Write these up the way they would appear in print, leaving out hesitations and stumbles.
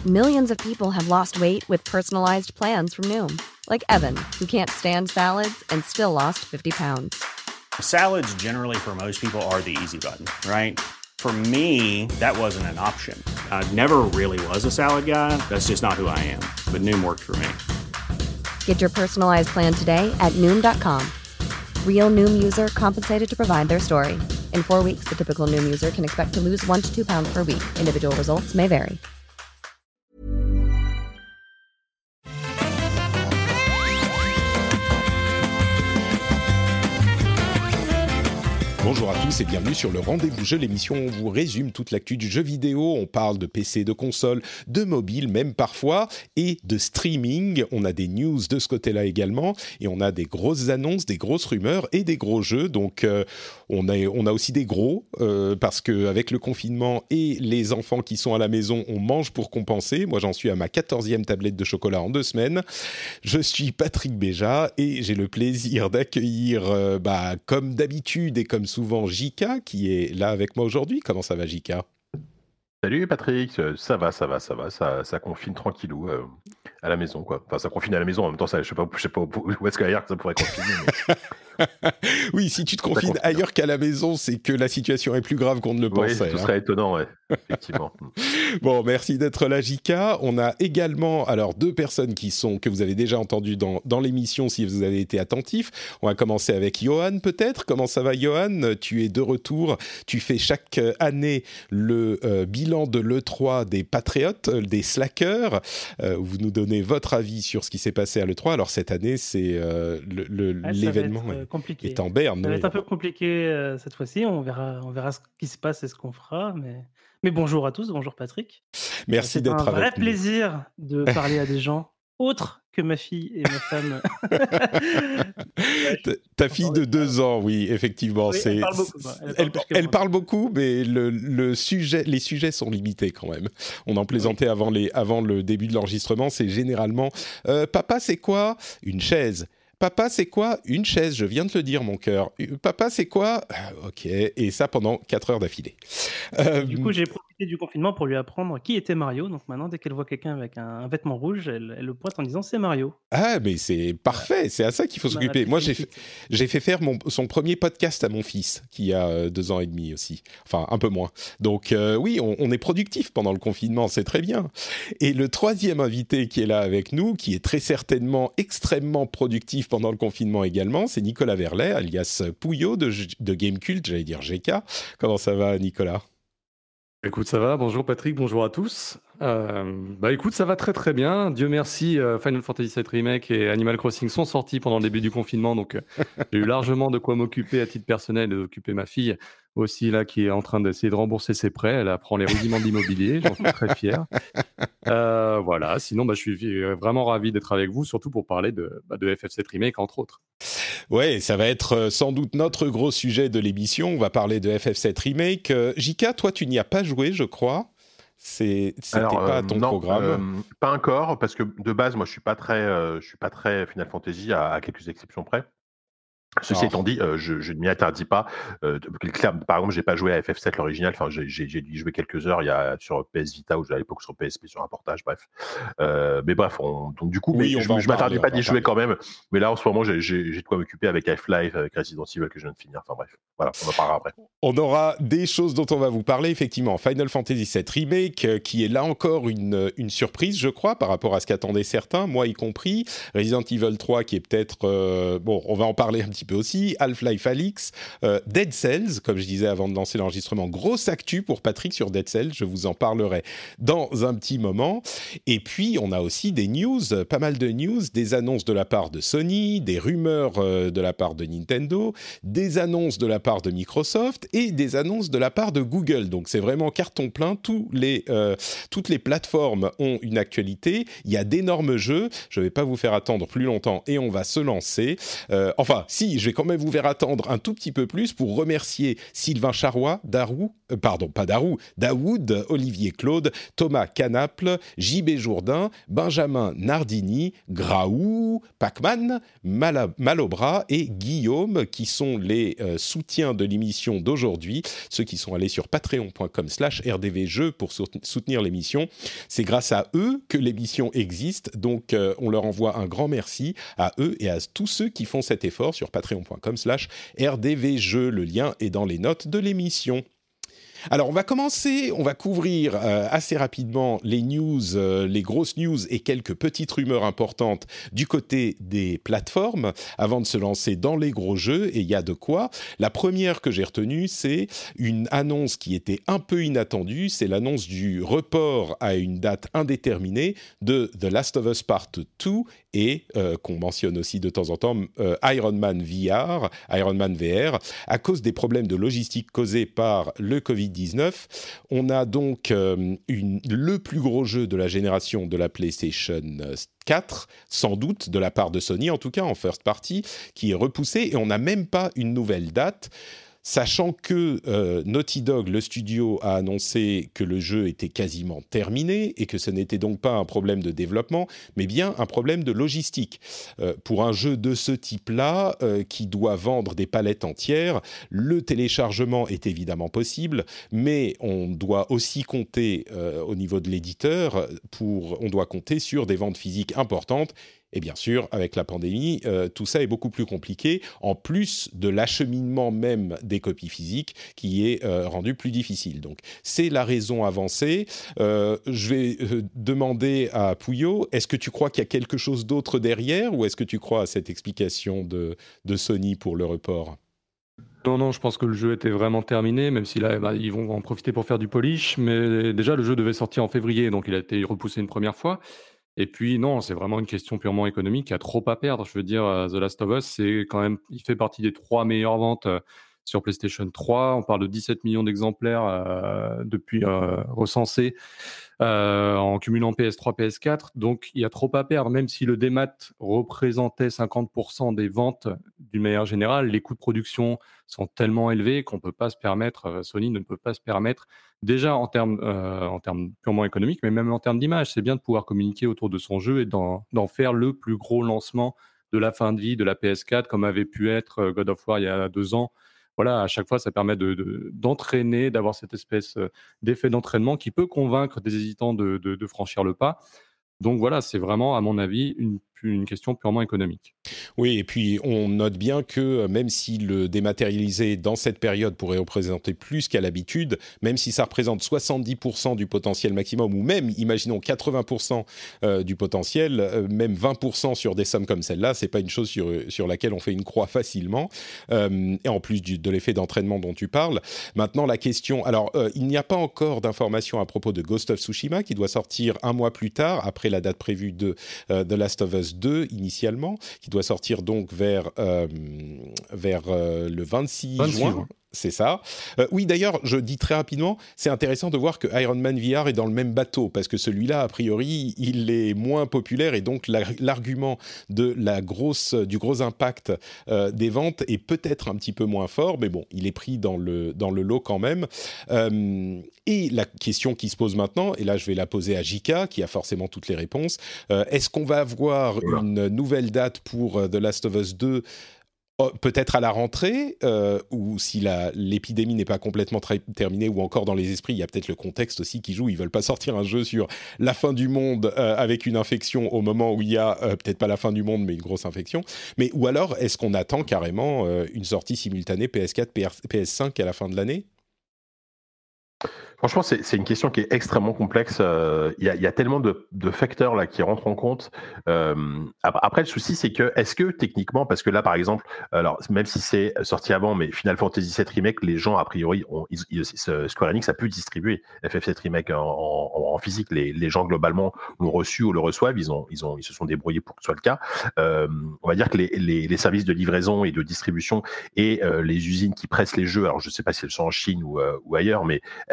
Millions of people have lost weight with personalized plans from Noom. Like Evan, who can't stand salads and still lost 50 pounds. Salads generally for most people are the easy button, right? For me, that wasn't an option. I never really was a salad guy. That's just not who I am. But Noom worked for me. Get your personalized plan today at Noom.com. Real Noom user compensated to provide their story. In 4 weeks, the typical Noom user can expect to lose 1 to 2 pounds per week. Individual results may vary. Bonjour à tous et bienvenue sur le Rendez-vous Jeu, l'émission où on vous résume toute l'actu du jeu vidéo. On parle de PC, de console, de mobile même parfois, et de streaming. On a des news de ce côté-là également, et on a des grosses annonces, des grosses rumeurs et des gros jeux. Donc on a aussi des gros, parce qu'avec le confinement et les enfants qui sont à la maison, on mange pour compenser. Moi j'en suis à ma 14e tablette de chocolat en 2 semaines. Je suis Patrick Béja et j'ai le plaisir d'accueillir, comme d'habitude et comme souvent, Jika, qui est là avec moi aujourd'hui. Comment ça va, Jika ? Salut Patrick, ça va, ça confine tranquillou à la maison, quoi. Enfin, ça confine à la maison, en même temps, je sais pas où est-ce qu'ailleurs que ça pourrait confiner. Mais... Oui, si tu te confines ailleurs qu'à la maison, c'est que la situation est plus grave qu'on ne le pensait. Oui, ce serait étonnant, ouais, effectivement. Bon, merci d'être là, Jika. On a également, alors, 2 personnes que vous avez déjà entendues dans l'émission, si vous avez été attentifs. On va commencer avec Johan, peut-être. Comment ça va, Johan ? Tu es de retour. Tu fais chaque année le bilan de l'E3 des patriotes, des slackers. Vous nous donnez votre avis sur ce qui s'est passé à l'E3. Alors, cette année, c'est l'événement compliqué. est en berne. Ça va être un peu compliqué cette fois-ci. On verra ce qui se passe et ce qu'on fera. Mais bonjour à tous, bonjour Patrick. Merci d'être avec nous. C'est un vrai plaisir de parler à des gens autres que ma fille et ma femme. Ta fille de 2 ans, oui, effectivement. Oui, elle parle beaucoup. Elle parle beaucoup, mais les sujets sont limités quand même. On en plaisantait avant le début de l'enregistrement. C'est généralement papa, c'est quoi ? Une chaise. Papa, c'est quoi ? Une chaise, je viens de te le dire, mon cœur. Papa, c'est quoi ? Ok, et ça pendant 4 heures d'affilée. Du coup, j'ai profité du confinement pour lui apprendre qui était Mario. Donc maintenant, dès qu'elle voit quelqu'un avec un vêtement rouge, elle le pointe en disant « c'est Mario ». Ah, mais c'est parfait, c'est à ça qu'il faut s'occuper. Moi, j'ai fait faire son premier podcast à mon fils, qui a 2 ans et demi aussi. Enfin, un peu moins. Donc oui, on est productif pendant le confinement, c'est très bien. Et le 3e invité qui est là avec nous, qui est très certainement extrêmement productif pendant le confinement également, c'est Nicolas Verlet, alias Pouillot de Gamecult, j'allais dire GK. Comment ça va, Nicolas ? Écoute, ça va. Bonjour Patrick, bonjour à tous. Écoute, ça va très très bien. Dieu merci, Final Fantasy VII Remake et Animal Crossing sont sortis pendant le début du confinement, donc j'ai eu largement de quoi m'occuper à titre personnel et d'occuper ma fille aussi là qui est en train d'essayer de rembourser ses prêts. Elle apprend les rudiments de l'immobilier, j'en suis très fier. Voilà, sinon je suis vraiment ravi d'être avec vous, surtout pour parler de FF7 Remake entre autres. Ouais, ça va être sans doute notre gros sujet de l'émission. On va parler de FF7 Remake. Jika, toi, tu n'y as pas joué, je crois. C'était pas ton programme. Pas encore, parce que de base, moi, je suis pas très Final Fantasy à quelques exceptions près. Ceci étant dit, je ne m'y interdis pas. Par exemple, j'ai pas joué à FF7 l'original. Enfin, j'ai dû y jouer quelques heures sur PS Vita ou à l'époque sur PSP sur un portage. Bref, mais bref, donc du coup, je m'interdis pas d'y jouer quand même. Mais là, en ce moment, j'ai de quoi m'occuper avec Half-Life, avec Resident Evil que je viens de finir. Enfin bref, voilà, on en parlera après. On aura des choses dont on va vous parler effectivement. Final Fantasy VII Remake, qui est là encore une surprise, je crois, par rapport à ce qu'attendaient certains, moi y compris. Resident Evil 3, qui est peut-être on va en parler un petit peu aussi, Half-Life Alyx, Dead Cells, comme je disais avant de lancer l'enregistrement, grosse actu pour Patrick sur Dead Cells, je vous en parlerai dans un petit moment. Et puis on a aussi des news, pas mal de news, des annonces de la part de Sony, des rumeurs de la part de Nintendo, des annonces de la part de Microsoft et des annonces de la part de Google. Donc c'est vraiment carton plein, toutes les plateformes ont une actualité, il y a d'énormes jeux, je ne vais pas vous faire attendre plus longtemps et on va se lancer. Enfin, si, puis, je vais quand même vous faire attendre un tout petit peu plus pour remercier Sylvain Charrois, Daoud, Olivier Claude, Thomas Canaple, JB Jourdain, Benjamin Nardini, Graou, Pacman, Malobra et Guillaume, qui sont les soutiens de l'émission d'aujourd'hui, ceux qui sont allés sur patreon.com/rdvjeux pour soutenir l'émission. C'est grâce à eux que l'émission existe, donc on leur envoie un grand merci à eux et à tous ceux qui font cet effort sur patreon.com/rdvjeux. Le lien est dans les notes de l'émission. Alors, on va couvrir assez rapidement les news, les grosses news et quelques petites rumeurs importantes du côté des plateformes avant de se lancer dans les gros jeux, et il y a de quoi. La première que j'ai retenue, c'est une annonce qui était un peu inattendue, c'est l'annonce du report à une date indéterminée de The Last of Us Part 2 et, qu'on mentionne aussi de temps en temps, Iron Man VR, à cause des problèmes de logistique causés par le Covid-19. On a donc le plus gros jeu de la génération de la PlayStation 4, sans doute, de la part de Sony, en tout cas en first party, qui est repoussé, et on n'a même pas une nouvelle date. Sachant que Naughty Dog, le studio, a annoncé que le jeu était quasiment terminé et que ce n'était donc pas un problème de développement, mais bien un problème de logistique. Pour un jeu de ce type-là, qui doit vendre des palettes entières, le téléchargement est évidemment possible, mais on doit aussi compter au niveau de l'éditeur, on doit compter sur des ventes physiques importantes. Et bien sûr, avec la pandémie, tout ça est beaucoup plus compliqué, en plus de l'acheminement même des copies physiques qui est rendu plus difficile. Donc, c'est la raison avancée. Je vais demander à Pouillot, est-ce que tu crois qu'il y a quelque chose d'autre derrière, ou est-ce que tu crois à cette explication de Sony pour le report ? Non, je pense que le jeu était vraiment terminé, même si là, ils vont en profiter pour faire du polish. Mais déjà, le jeu devait sortir en février, donc il a été repoussé une première fois. Et puis non, c'est vraiment une question purement économique. Il y a trop à perdre. Je veux dire, The Last of Us, c'est quand même, il fait partie des 3 meilleures ventes sur PlayStation 3. On parle de 17 millions d'exemplaires depuis recensés en cumulant PS3, PS4. Donc il y a trop à perdre. Même si le démat représentait 50% des ventes d'une manière générale, les coûts de production sont tellement élevés qu'on peut pas se permettre, Sony ne peut pas se permettre, déjà en termes purement économiques, mais même en termes d'image. C'est bien de pouvoir communiquer autour de son jeu et d'en faire le plus gros lancement de la fin de vie de la PS4, comme avait pu être God of War il y a 2 ans. Voilà, à chaque fois, ça permet d'entraîner, d'avoir cette espèce d'effet d'entraînement qui peut convaincre des hésitants de franchir le pas. Donc voilà, c'est vraiment, à mon avis, une question purement économique. Oui, et puis on note bien que même si le dématérialisé dans cette période pourrait représenter plus qu'à l'habitude, même si ça représente 70% du potentiel maximum, ou même, imaginons, 80% du potentiel, même 20% sur des sommes comme celle-là, c'est pas une chose sur laquelle on fait une croix facilement, et en plus de l'effet d'entraînement dont tu parles. Maintenant, la question... Alors, il n'y a pas encore d'informations à propos de Ghost of Tsushima, qui doit sortir 1 mois plus tard, après la date prévue de The Last of Us 2 initialement, qui doit sortir donc vers le 26 juin. C'est ça. Oui, d'ailleurs, je dis très rapidement, c'est intéressant de voir que Iron Man VR est dans le même bateau, parce que celui-là, a priori, il est moins populaire, et donc l'argument du gros impact des ventes est peut-être un petit peu moins fort, mais bon, il est pris dans le lot quand même. Et la question qui se pose maintenant, et là je vais la poser à Jika, qui a forcément toutes les réponses, est-ce qu'on va avoir une nouvelle date pour The Last of Us 2 peut-être à la rentrée, ou si l'épidémie n'est pas complètement terminée, ou encore dans les esprits, il y a peut-être le contexte aussi qui joue, ils veulent pas sortir un jeu sur la fin du monde avec une infection au moment où il y a, peut-être pas la fin du monde, mais une grosse infection, ou alors est-ce qu'on attend carrément une sortie simultanée PS4, PS5 à la fin de l'année ? Franchement, c'est une question qui est extrêmement complexe. Il y a tellement de facteurs là qui rentrent en compte. Après, le souci, c'est que est-ce que techniquement, parce que là, par exemple, alors même si c'est sorti avant, mais Final Fantasy VII Remake, les gens a priori, Square Enix a pu distribuer FF7 Remake en physique. Les gens globalement l'ont reçu ou le reçoivent. Ils se sont débrouillés pour que ce soit le cas. On va dire que les services de livraison et de distribution et les usines qui pressent les jeux, alors je ne sais pas si elles sont en Chine ou ailleurs, mais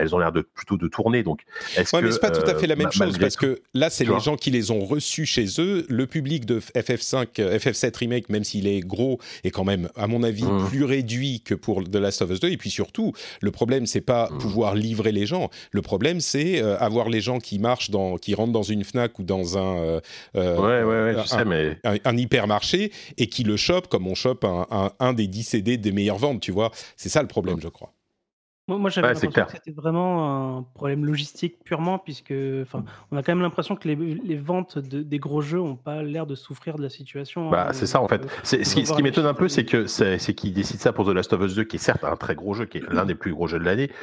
elles ont l'air plutôt de tourner. Donc, est-ce Ouais, mais que c'est pas tout à fait la même chose malgré parce tout, que là, c'est tu les vois, gens qui les ont reçus chez eux. Le public de FF5, FF7 Remake, même s'il est gros, est quand même, à mon avis, Mmh, plus réduit que pour The Last of Us 2. Et puis surtout, le problème, c'est pas mmh. pouvoir livrer les gens. Le problème, c'est avoir les gens qui qui rentrent dans une Fnac ou dans Ouais, je sais, mais un hypermarché et qui le chopent comme on chope un des 10 CD des meilleures ventes, tu vois. C'est ça le mmh. problème, je crois. Moi, j'avais Ouais, c'est l'impression que clair. c'était vraiment un problème logistique purement, puisque, enfin, on a quand même l'impression que les ventes des gros jeux ont pas l'air de souffrir de la situation, hein. Bah, c'est ça en fait. On Ce va qui, ce voir qui les m'étonne un chiffres peu, c'est des. que c'est qu'ils décident ça pour The Last of Us 2, qui est certes un très gros jeu, qui est l'un des plus gros jeux de l'année,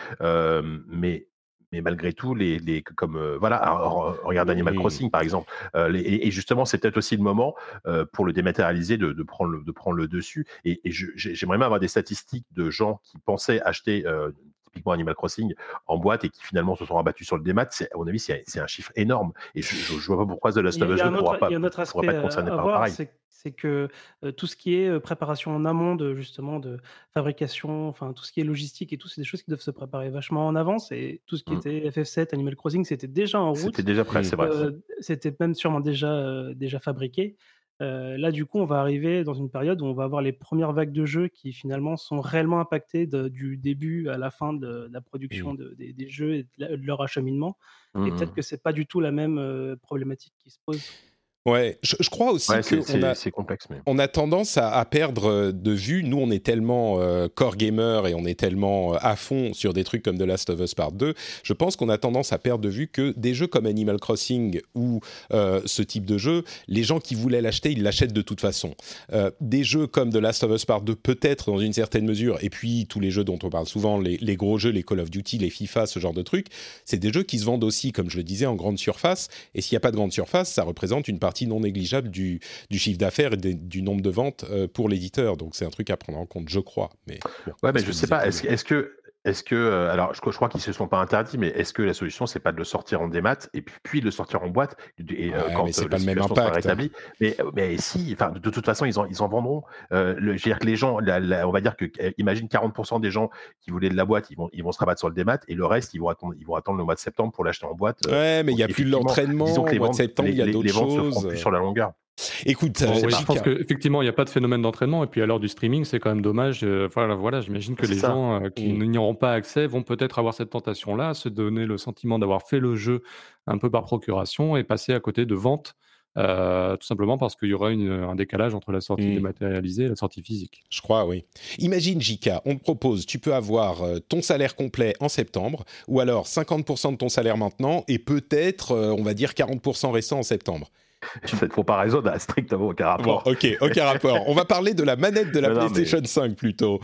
mais malgré tout, comme voilà, alors, regarde Animal Oui. Crossing par exemple, et justement, c'est peut-être aussi le moment pour le dématérialiser de prendre le dessus. Et j'aimerais même avoir des statistiques de gens qui pensaient acheter typiquement Animal Crossing en boîte et qui finalement se sont rabattus sur le démat. À mon avis, c'est un chiffre énorme. Et je vois pas pourquoi The Last of Il Us y a 2 un autre, il pourra y a un autre pourrait aspect pas être concerné à par voir, pareil. c'est que tout ce qui est préparation en amont de justement de fabrication, enfin tout ce qui est logistique et tout, c'est des choses qui doivent se préparer vachement en avance. Et tout ce qui Mm. était FF7, Animal Crossing, c'était déjà en C'était route, déjà prêt, Mm. c'est vrai. c'était même sûrement déjà fabriqué. Là, du coup, on va arriver dans une période où on va avoir les premières vagues de jeux qui finalement sont réellement impactées du début à la fin de la Mm. production des jeux et de leur acheminement. Et peut-être Mm. que c'est pas du tout la même problématique qui se pose. Ouais, je crois aussi Ouais, qu'on a, c'est complexe, mais. on a tendance à perdre de vue. Nous, on est tellement core gamer et on est tellement à fond sur des trucs comme The Last of Us Part 2. Je pense qu'on a tendance à perdre de vue que des jeux comme Animal Crossing ou ce type de jeu, les gens qui voulaient l'acheter, ils l'achètent de toute façon. Des jeux comme The Last of Us Part 2, peut-être dans une certaine mesure, et puis tous les jeux dont on parle souvent, les gros jeux, les Call of Duty, les FIFA, ce genre de trucs, c'est des jeux qui se vendent aussi, comme je le disais, en grande surface. Et s'il n'y a pas de grande surface, ça représente une partie non négligeable du chiffre d'affaires et du nombre de ventes pour l'éditeur. Donc c'est un truc à prendre en compte, je crois. Mais bon, Ouais, c'est mais ce je que sais disait pas. Chloé. Est-ce que alors je crois qu'ils se sont pas interdits, mais est-ce que la solution c'est pas de le sortir en démat et puis de le sortir en boîte et Ouais, mais quand c'est la pas le même situation sera impact. rétablie. Mais si, enfin de toute façon ils en vendront. Je veux dire que les gens, on va dire que imagine 40% des gens qui voulaient de la boîte, ils vont se rabattre sur le démat et le reste ils vont attendre le mois de septembre pour l'acheter en boîte. Ouais, mais il y Donc a plus de effectivement, disons l'entraînement. que Au mois de septembre, il y a d'autres les ventes se feront choses. plus sur la longueur. Écoute, Je Oh, sais oui, pas. je pense Jika. qu'effectivement, il n'y a pas de phénomène d'entraînement. Et puis à l'heure du streaming, c'est quand même dommage. Voilà, j'imagine que C'est les ça. gens qui Mm. n'y auront pas accès vont peut-être avoir cette tentation-là, se donner le sentiment d'avoir fait le jeu un peu par procuration et passer à côté de ventes, tout simplement parce qu'il y aura un décalage entre la sortie Mm. dématérialisée et la sortie physique. Je crois, oui. Imagine, Jika, on te propose, tu peux avoir ton salaire complet en septembre, ou alors 50% de ton salaire maintenant, et peut-être, on va dire, 40% restant en septembre. Cette comparaison n'a strictement aucun Bon, rapport. ok, aucun rapport. On va parler de la manette de la Non, mais PlayStation 5 plutôt.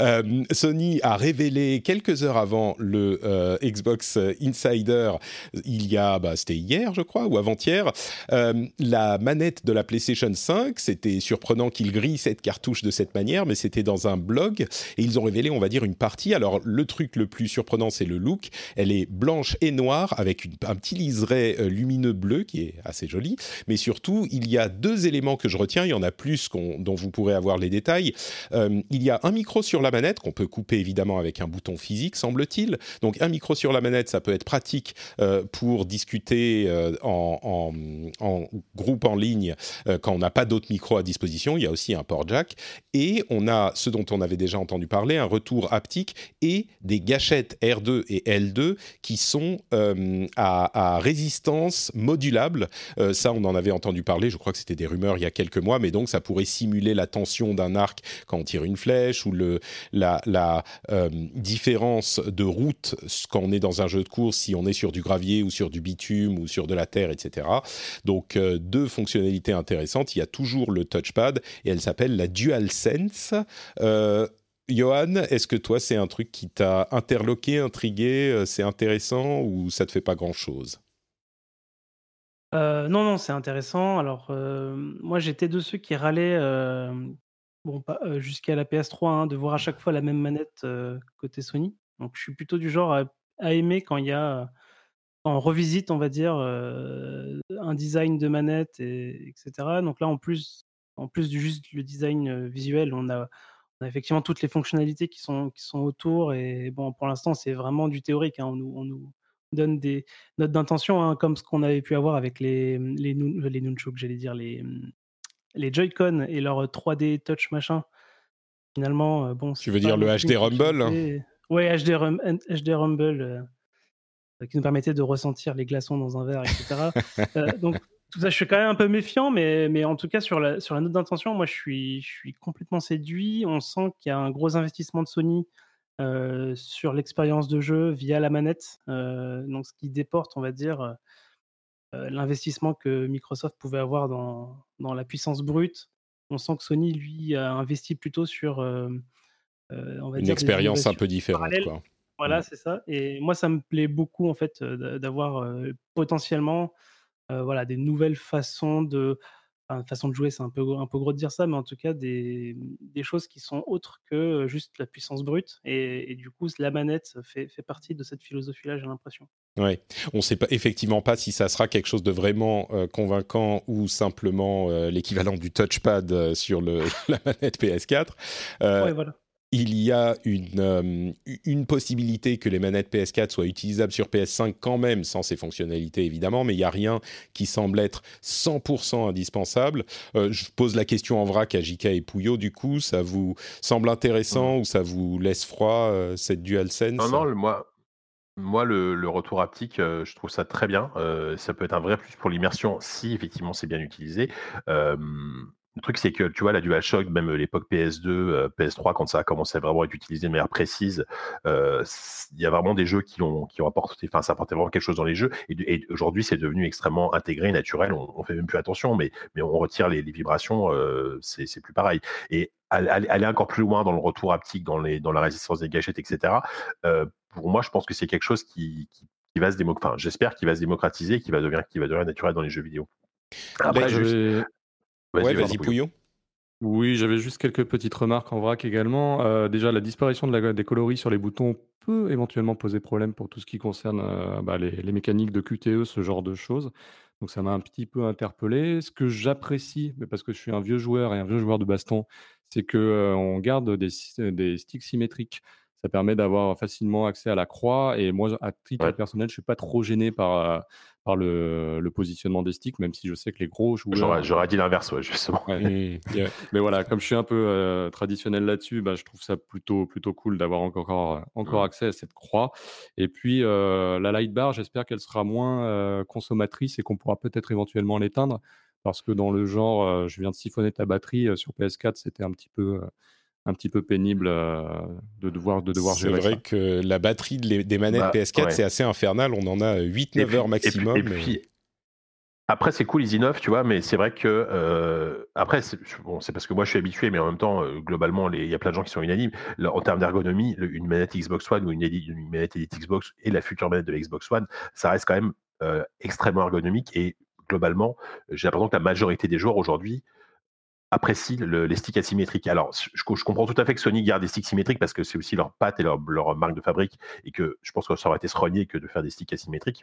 Sony a révélé quelques heures avant le Xbox Insider, c'était hier je crois, ou avant-hier, la manette de la PlayStation 5. C'était surprenant qu'ils grillent cette cartouche de cette manière, mais c'était dans un blog et ils ont révélé, on va dire, une partie. Alors le truc le plus surprenant, c'est le look. Elle est blanche et noire avec un petit liseré lumineux bleu qui est assez joli. Mais surtout, il y a deux éléments que je retiens. Il y en a plus dont vous pourrez avoir les détails. Il y a un micro sur la manette qu'on peut couper évidemment avec un bouton physique, semble-t-il. Donc un micro sur la manette, ça peut être pratique pour discuter en groupe en ligne quand on n'a pas d'autres micros à disposition. Il y a aussi un port jack. Et on a ce dont on avait déjà entendu parler, un retour haptique et des gâchettes R2 et L2 qui sont à résistance modulable. Ça, on en avait entendu parler, je crois que c'était des rumeurs il y a quelques mois, mais donc ça pourrait simuler la tension d'un arc quand on tire une flèche ou la différence de route quand on est dans un jeu de course, si on est sur du gravier ou sur du bitume ou sur de la terre, etc. Donc deux fonctionnalités intéressantes. Il y a toujours le touchpad et elle s'appelle la DualSense. Johan, est-ce que toi, c'est un truc qui t'a interloqué, intrigué, c'est intéressant ou ça te fait pas grand-chose? Non, non, c'est intéressant. Alors, moi, j'étais de ceux qui râlaient, bon, pas, jusqu'à la PS3, hein, de voir à chaque fois la même manette, côté Sony. Donc je suis plutôt du genre à aimer quand il y a, quand on revisite, on va dire, un design de manette et etc. Donc là, en plus du juste le design, visuel, On a effectivement toutes les fonctionnalités qui sont autour et bon, pour l'instant, c'est vraiment du théorique, hein. On nous donne des notes d'intention, hein, comme ce qu'on avait pu avoir avec les nunchuks, j'allais dire, les Joy-Con et leur 3D touch machin. Finalement, bon, Tu c'est veux pas dire le non plus une HD Rumble? fonctionnalité ouais, HD Rumble, qui nous permettait de ressentir les glaçons dans un verre et cetera. Donc tout ça, je suis quand même un peu méfiant, mais en tout cas sur la note d'intention, moi je suis complètement séduit. On sent qu'il y a un gros investissement de Sony, sur l'expérience de jeu via la manette, donc ce qui déporte, on va dire, l'investissement que Microsoft pouvait avoir dans la puissance brute. On sent que Sony, lui, a investi plutôt sur, on va Une dire des expérience un innovations peu différente, parallèles. quoi. Mm. Voilà, c'est ça et moi, ça me plaît beaucoup, en fait, d'avoir, potentiellement, voilà, des nouvelles façons façon de jouer, c'est un peu gros de dire ça, mais en tout cas des choses qui sont autres que, juste la puissance brute et du coup, la manette fait partie de cette philosophie-là, j'ai l'impression. Ouais. On ne sait pas, effectivement pas si ça sera quelque chose de vraiment convaincant ou simplement l'équivalent du touchpad sur la manette PS4. Euh, Ouais, voilà. il y a une possibilité que les manettes PS4 soient utilisables sur PS5 quand même, sans ces fonctionnalités évidemment, mais il n'y a rien qui semble être 100% indispensable. Je pose la question en vrac à JK et Pouillot, du coup, ça vous semble intéressant ou ça vous laisse froid, cette Non, DualSense? non, moi, le retour haptique, je trouve ça très bien. Ça peut être un vrai plus pour l'immersion si effectivement c'est bien utilisé. Le truc, c'est que tu vois, la DualShock, même l'époque PS2, PS3, quand ça a commencé à vraiment être utilisé de manière précise, il y a vraiment des jeux qui ont apporté, enfin, ça apportait vraiment quelque chose dans les jeux. Et aujourd'hui, c'est devenu extrêmement intégré, naturel. On fait même plus attention, mais on retire les vibrations, c'est plus pareil. Et aller encore plus loin dans le retour haptique, dans la résistance des gâchettes, etc. Pour moi, je pense que c'est quelque chose qui va se enfin, j'espère qu'il va se démocratiser, qui va devenir naturel dans les jeux vidéo. Là, Après, juste, J'avais ouais, vas-y, vas-y Pouillot. Pouillot. Oui, j'avais juste quelques petites remarques en vrac également. Déjà, la disparition des coloris sur les boutons peut éventuellement poser problème pour tout ce qui concerne les mécaniques de QTE, ce genre de choses. Donc ça m'a un petit peu interpellé. Ce que j'apprécie, mais parce que je suis un vieux joueur et un vieux joueur de baston, c'est que on garde des sticks symétriques. Ça permet d'avoir facilement accès à la croix. Et moi, à titre Ouais. personnel, je suis pas trop gêné par le positionnement des sticks, même si je sais que les gros joueurs. J'aurais dit l'inverse, ouais, justement. Ouais. Ouais. Mais voilà, comme je suis un peu traditionnel là-dessus, bah, je trouve ça plutôt cool d'avoir encore accès à cette croix. Et puis la light bar, j'espère qu'elle sera moins consommatrice et qu'on pourra peut-être éventuellement l'éteindre. Parce que dans le genre, je viens de siphonner ta batterie sur PS4, c'était un petit peu pénible de devoir C'est gérer vrai ça. que la batterie des manettes Bah, PS4, ouais. c'est assez infernal. On en a 8-9 heures maximum. Et puis, après, c'est cool, Easy 9, tu vois, mais c'est vrai que après, c'est parce que moi je suis habitué, mais en même temps, globalement, il y a plein de gens qui sont unanimes. Là, en termes d'ergonomie, une manette Xbox One ou une manette Elite Xbox et la future manette de la Xbox One, ça reste quand même extrêmement ergonomique et globalement, j'ai l'impression que la majorité des joueurs aujourd'hui apprécient les sticks asymétriques. Alors, je comprends tout à fait que Sony garde des sticks symétriques parce que c'est aussi leur patte et leur marque de fabrique et que je pense que ça aurait été se renier que de faire des sticks asymétriques.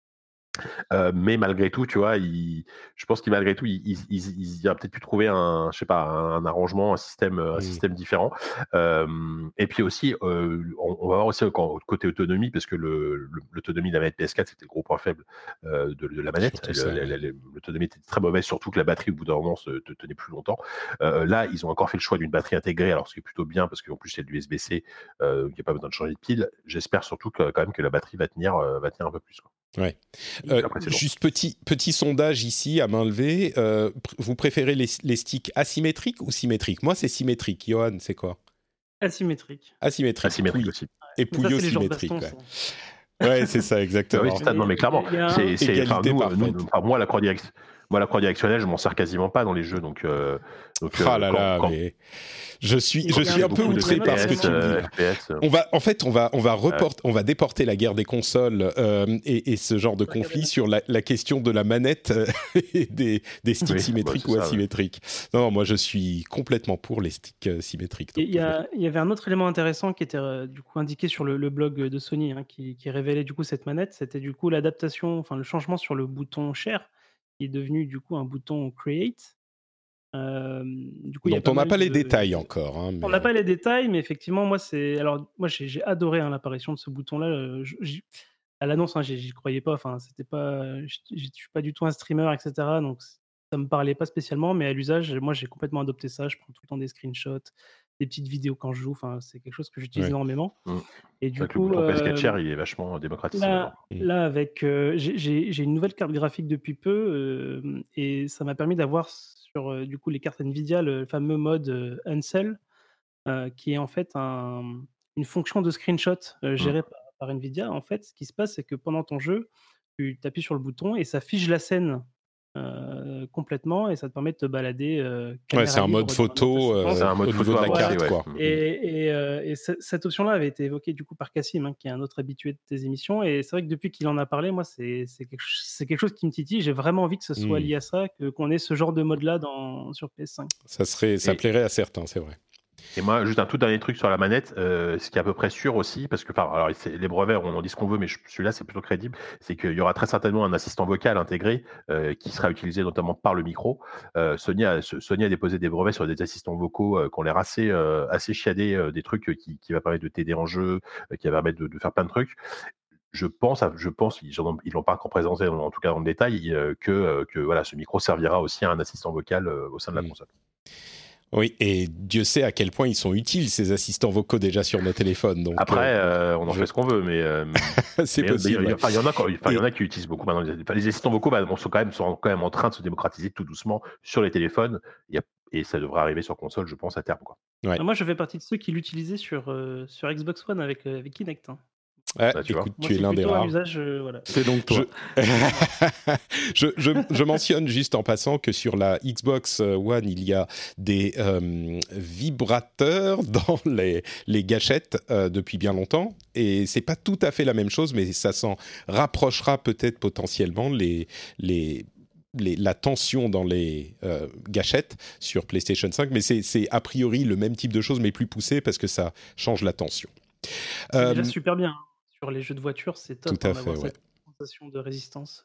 Mais malgré tout, tu vois, je pense qu'il malgré tout, il a peut-être pu trouver je sais pas, un arrangement, un système différent. Et puis aussi, on va voir aussi côté autonomie, parce que l'autonomie de la manette PS4, c'était le gros point faible de la manette. Surtout ça, ouais. L'autonomie était très mauvaise, surtout que la batterie, au bout d'un moment, te tenait plus longtemps. Là, ils ont encore fait le choix d'une batterie intégrée, alors ce qui est plutôt bien, parce qu'en plus, c'est de l'USB-C, il n'y a pas besoin de changer de pile. J'espère surtout quand même que la batterie va tenir un peu plus, quoi. Ouais. Après, c'est Juste petit sondage ici à main levée. Vous préférez les sticks asymétriques ou symétriques? Moi, c'est symétrique. Johan, c'est quoi? Asymétrique. Asymétrique. asymétrique aussi. Et Mais ça, Pouillot c'est les joueurs de symétrique. baston, Ouais. ça. Ouais, c'est ça, Ah oui, exactement. c'est ça. Non, mais clairement, Il y a un- enfin, Égalité parfaite. moi, la croix directionnelle, je m'en sers quasiment pas dans les jeux, donc Ah là là, quand mais je suis Il y a un peu beaucoup de outré par ce que FPS, tu me dis là. FPS, On va déporter la guerre des consoles et ce genre de conflit sur la question de la manette et des sticks Oui, symétriques bah, ou c'est ça, asymétriques. Non, moi je suis complètement pour les sticks symétriques. Il y avait un autre élément intéressant qui était du coup indiqué sur le blog de Sony, hein, qui révélait du coup cette manette. C'était du coup l'adaptation, enfin le changement sur le bouton Share, qui est devenu du coup un bouton Create. Du coup, il y a Dont pas on n'a mal pas les de détails encore. Hein, on mais n'a pas les détails, mais effectivement, moi, j'ai adoré, hein, l'apparition de ce bouton-là, à l'annonce, hein, j'y croyais pas, enfin, c'était pas je suis pas du tout un streamer et cetera, donc ça me parlait pas spécialement, mais à l'usage, moi, j'ai complètement adopté ça. Je prends tout le temps des screenshots, des petites vidéos quand je joue, enfin, c'est quelque chose que j'utilise ouais. énormément Mmh. et C'est du vrai que le coup, bouton PS4 Share, il est vachement démocratisé là maintenant. Mm. là avec, j'ai une nouvelle carte graphique depuis peu, et ça m'a permis d'avoir sur, du coup, les cartes Nvidia, le fameux mode, Uncell, qui est en fait une fonction de screenshot, Mmh. gérée par Nvidia. En fait, ce qui se passe, c'est que pendant ton jeu, tu appuies sur le bouton et ça fige la scène, complètement, et ça te permet de te balader, Ouais, c'est caméra un mode libre dans ta photo C'est séquence. un mode au niveau photo de la avancé, carte, ouais. quoi. Mmh. Et cette option-là avait été évoquée du coup par Cassim, hein, qui est un autre habitué de tes émissions, et c'est vrai que depuis qu'il en a parlé, moi, c'est quelque chose qui me titille. J'ai vraiment envie que ce soit Mm. lié à ça, qu'on ait ce genre de mode-là sur PS5. Ça Et plairait à certains, c'est vrai. Et moi, juste un tout dernier truc sur la manette, ce qui est à peu près sûr aussi, parce que, enfin, alors les brevets, on en dit ce qu'on veut, mais celui-là, c'est plutôt crédible, c'est qu'il y aura très certainement un assistant vocal intégré qui sera utilisé notamment par le micro. Sony a déposé des brevets sur des assistants vocaux qui ont l'air assez chiadés, des trucs qui va permettre de t'aider en jeu, qui va permettre de faire plein de trucs. Je pense, ils l'ont pas encore présenté, en tout cas dans le détail, que voilà, ce micro servira aussi à un assistant vocal au sein de la Mm. console. Oui, et Dieu sait à quel point ils sont utiles, ces assistants vocaux déjà sur nos téléphones. Donc, Après, on en fait ce qu'on veut, mais c'est mais possible. Ouais. il y en a il y en a qui utilisent beaucoup maintenant. Les assistants vocaux, sont quand même en train de se démocratiser tout doucement sur les téléphones. Et ça devrait arriver sur console, je pense, à terme, quoi. Ouais. Moi, je fais partie de ceux qui l'utilisaient sur Xbox One avec Kinect, hein. Ah, Bah, tu vois. écoute, Moi, tu es c'est l'un des plutôt un rares. usage, voilà. C'est donc Je... toi. je mentionne juste en passant que sur la Xbox One, il y a des vibrateurs dans les gâchettes depuis bien longtemps. Et c'est pas tout à fait la même chose, mais ça s'en rapprochera peut-être potentiellement la tension dans les gâchettes sur PlayStation 5. Mais c'est a priori le même type de chose, mais plus poussé parce que ça change la tension. C'est déjà super bien, hein. Sur les jeux de voiture, c'est top, Tout à hein, fait, d'avoir ouais. cette sensation de résistance.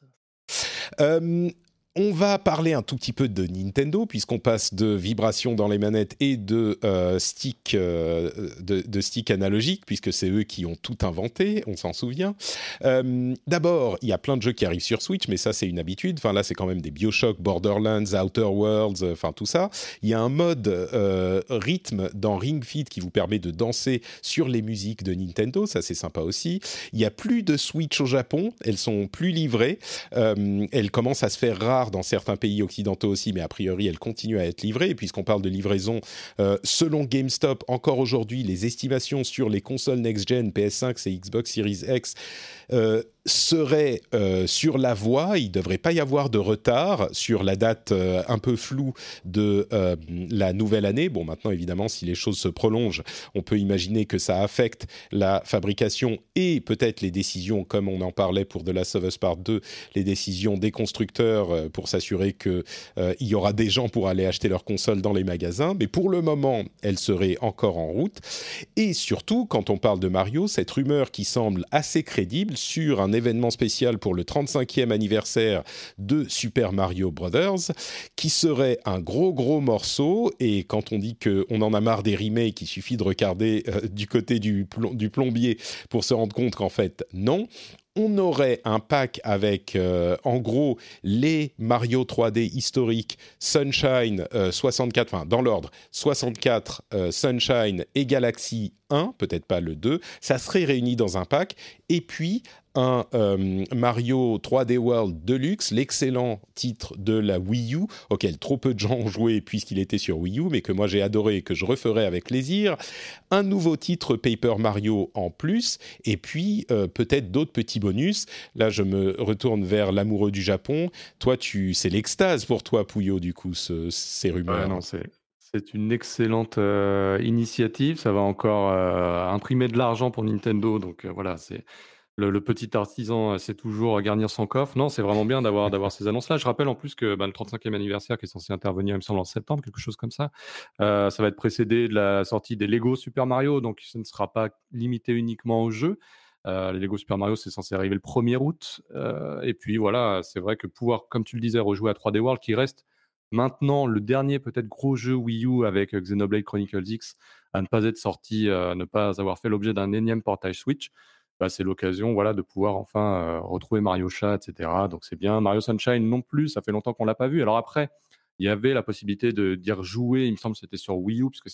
On va parler un tout petit peu de Nintendo, puisqu'on passe de vibrations dans les manettes et de sticks de stick analogiques, puisque c'est eux qui ont tout inventé, on s'en souvient. D'abord, il y a plein de jeux qui arrivent sur Switch, mais ça, c'est une habitude. Enfin, là, c'est quand même des BioShock, Borderlands, Outer Worlds, enfin, tout ça. Il y a un mode rythme dans Ring Fit qui vous permet de danser sur les musiques de Nintendo. Ça, c'est sympa aussi. Il y a plus de Switch au Japon. Elles sont plus livrées. Elles commencent à se faire rares dans certains pays occidentaux aussi, mais a priori, elles continuent à être livrées. Et puisqu'on parle de livraison, selon GameStop, encore aujourd'hui, les estimations sur les consoles next-gen, PS5 et Xbox Series X, serait sur la voie. Il ne devrait pas y avoir de retard sur la date un peu floue de la nouvelle année. Bon, maintenant, évidemment, si les choses se prolongent, on peut imaginer que ça affecte la fabrication et peut-être les décisions, comme on en parlait pour The Last of Us Part 2, les décisions des constructeurs pour s'assurer qu'il y aura des gens pour aller acheter leurs consoles dans les magasins. Mais pour le moment, elles seraient encore en route. Et surtout, quand on parle de Mario, cette rumeur qui semble assez crédible sur un événement spécial pour le 35e anniversaire de Super Mario Brothers, qui serait un gros morceau. Et quand on dit qu'on en a marre des remakes, il suffit de regarder du côté du plombier pour se rendre compte qu'en fait, non. On aurait un pack avec, en gros, les Mario 3D historiques, Sunshine 64, enfin dans l'ordre, 64, Sunshine et Galaxy 1, peut-être pas le 2, ça serait réuni dans un pack, et puis un Mario 3D World Deluxe, l'excellent titre de la Wii U, auquel trop peu de gens ont joué puisqu'il était sur Wii U, mais que moi j'ai adoré et que je referai avec plaisir, un nouveau titre Paper Mario en plus, et puis peut-être d'autres petits bonus. Là, je me retourne vers l'amoureux du Japon. Toi, c'est l'extase pour toi, Pouillot, du coup, ces rumeurs. Ouais, non, c'est une excellente initiative. Ça va encore imprimer de l'argent pour Nintendo. Donc voilà, c'est le petit artisan, c'est toujours garnir son coffre. Non, c'est vraiment bien d'avoir ces annonces-là. Je rappelle en plus que le 35e anniversaire qui est censé intervenir, il me semble, en septembre, quelque chose comme ça, ça va être précédé de la sortie des Lego Super Mario. Donc ce ne sera pas limité uniquement au jeu. Les Lego Super Mario, c'est censé arriver le 1er août. Et puis voilà, c'est vrai que pouvoir, comme tu le disais, rejouer à 3D World, qui reste maintenant le dernier peut-être gros jeu Wii U avec Xenoblade Chronicles X à ne pas être sorti, ne pas avoir fait l'objet d'un énième portage Switch, bah, c'est l'occasion voilà, de pouvoir enfin retrouver Mario Chat, etc. Donc c'est bien. Mario Sunshine non plus, ça fait longtemps qu'on ne l'a pas vu. Alors après, il y avait la possibilité d'y rejouer, il me semble que c'était sur Wii U, parce que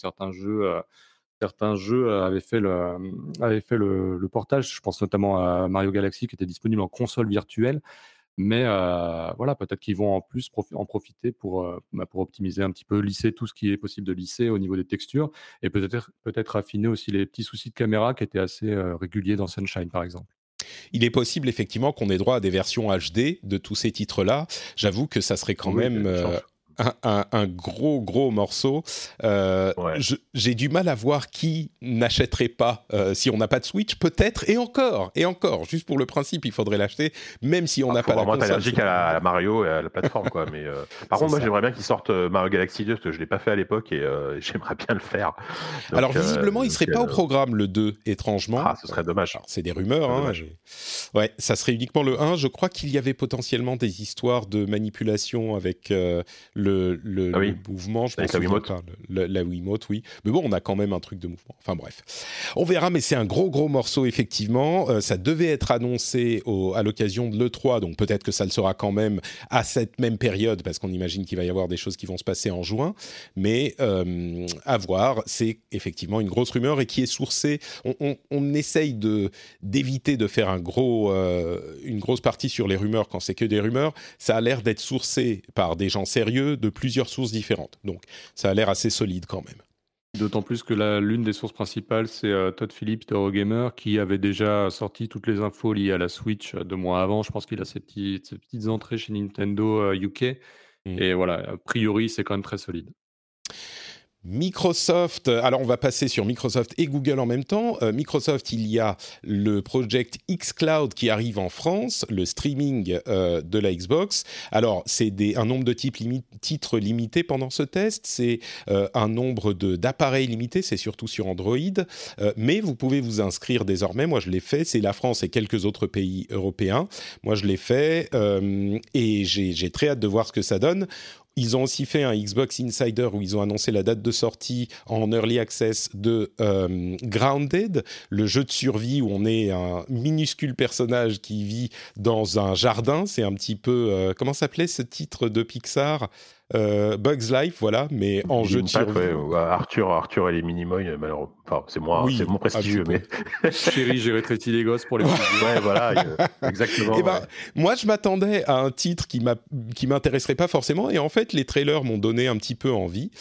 certains jeux avaient fait le portage. Je pense notamment à Mario Galaxy qui était disponible en console virtuelle. Mais voilà, peut-être qu'ils vont en plus en profiter pour optimiser un petit peu, lisser tout ce qui est possible de lisser au niveau des textures et peut-être affiner aussi les petits soucis de caméra qui étaient assez réguliers dans Sunshine, par exemple. Il est possible effectivement qu'on ait droit à des versions HD de tous ces titres-là. J'avoue que ça serait quand Oui, il y a même une chance. un gros morceau. Ouais. J'ai du mal à voir qui n'achèterait pas si on n'a pas de Switch, peut-être, et encore, juste pour le principe, il faudrait l'acheter, même si on n'a pas la Vraiment, t'es console. allergique à la Mario et à la plateforme, quoi. Mais par contre, moi, ça. j'aimerais bien qu'ils sortent Mario Galaxy 2 parce que je l'ai pas fait à l'époque et j'aimerais bien le faire. Donc, Alors visiblement, il serait pas au programme le 2, étrangement. Ah, ce serait dommage. Alors, c'est des rumeurs, hein. Dommage. Ouais, ça serait uniquement le 1. Je crois qu'il y avait potentiellement des histoires de manipulation avec le mouvement. Je Avec pense la Wiimote. La Wiimote, oui. Mais bon, on a quand même un truc de mouvement. Enfin bref. On verra, mais c'est un gros morceau, effectivement. Ça devait être annoncé à l'occasion de l'E3, donc peut-être que ça le sera quand même à cette même période, parce qu'on imagine qu'il va y avoir des choses qui vont se passer en juin. Mais à voir, c'est effectivement une grosse rumeur et qui est sourcée. On essaye d'éviter de faire une grosse partie sur les rumeurs quand c'est que des rumeurs. Ça a l'air d'être sourcé par des gens sérieux de plusieurs sources différentes. Donc, ça a l'air assez solide quand même. D'autant plus que l'une des sources principales, c'est Todd Phillips d'Eurogamer qui avait déjà sorti toutes les infos liées à la Switch 2 mois avant. Je pense qu'il a ses petites entrées chez Nintendo UK. Et voilà, a priori, c'est quand même très solide. Microsoft, alors on va passer sur Microsoft et Google en même temps. Microsoft, il y a le Project xCloud qui arrive en France, le streaming de la Xbox. Alors, c'est un nombre de titres limités pendant ce test, c'est un nombre d'appareils limités, c'est surtout sur Android, mais vous pouvez vous inscrire désormais. Moi, je l'ai fait, c'est la France et quelques autres pays européens. Moi, je l'ai fait et j'ai très hâte de voir ce que ça donne. Ils ont aussi fait un Xbox Insider où ils ont annoncé la date de sortie en Early Access de Grounded, le jeu de survie où on est un minuscule personnage qui vit dans un jardin. C'est un petit peu... comment s'appelait ce titre de Pixar ? Bugs Life, voilà, mais en jeu de survie. Ouais, Arthur et les Minimoys, malheureusement. Enfin, c'est moins prestigieux, mais. Chérie, j'ai rétréci les gosses pour les petits. Ouais, voilà, exactement. Et moi, je m'attendais à un titre qui m'intéresserait pas forcément, et en fait, les trailers m'ont donné un petit peu envie.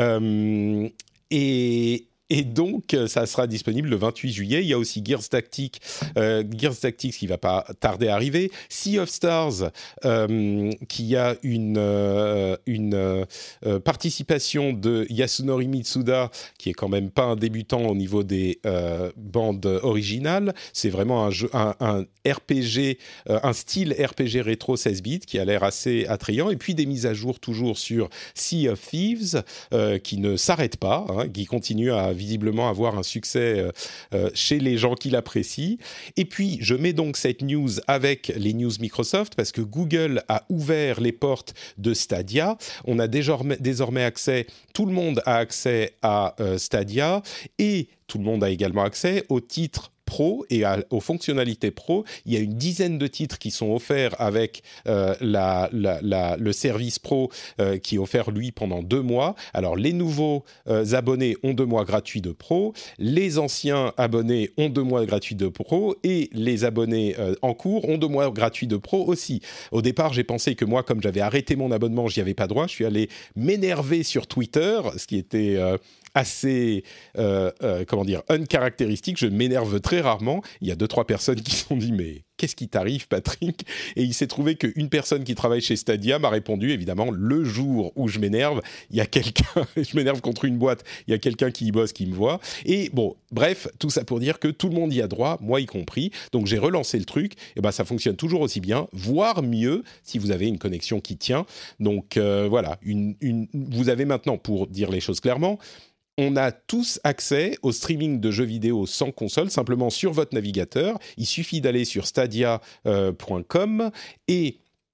Et donc, ça sera disponible le 28 juillet. Il y a aussi Gears Tactics qui va pas tarder à arriver. Sea of Stars, qui a une participation de Yasunori Mitsuda, qui est quand même pas un débutant au niveau des bandes originales. C'est vraiment un RPG, un style RPG rétro 16 bits qui a l'air assez attrayant. Et puis des mises à jour toujours sur Sea of Thieves, qui ne s'arrête pas, hein, qui continue à visiblement avoir un succès chez les gens qui l'apprécient. Et puis, je mets donc cette news avec les news Microsoft parce que Google a ouvert les portes de Stadia. On a désormais accès, tout le monde a accès à Stadia et tout le monde a également accès aux titres Pro et aux fonctionnalités Pro. Il y a une dizaine de titres qui sont offerts avec le service Pro qui est offert, lui, pendant 2 mois. Alors, les nouveaux abonnés ont 2 mois gratuits de Pro. Les anciens abonnés ont 2 mois gratuits de Pro. Et les abonnés en cours ont 2 mois gratuits de Pro aussi. Au départ, j'ai pensé que moi, comme j'avais arrêté mon abonnement, j'y avais pas droit. Je suis allé m'énerver sur Twitter, ce qui était... assez, uncaractéristique. Je m'énerve très rarement. Il y a 2-3 personnes qui se sont dit « Mais qu'est-ce qui t'arrive, Patrick ?» Et il s'est trouvé qu'une personne qui travaille chez Stadia m'a répondu, évidemment, le jour où je m'énerve, il y a quelqu'un, je m'énerve contre une boîte, il y a quelqu'un qui y bosse, qui me voit. Et bon, bref, tout ça pour dire que tout le monde y a droit, moi y compris. Donc j'ai relancé le truc, et ben ça fonctionne toujours aussi bien, voire mieux, si vous avez une connexion qui tient. Donc voilà, vous avez maintenant, pour dire les choses clairement, on a tous accès au streaming de jeux vidéo sans console, simplement sur votre navigateur. Il suffit d'aller sur stadia.com et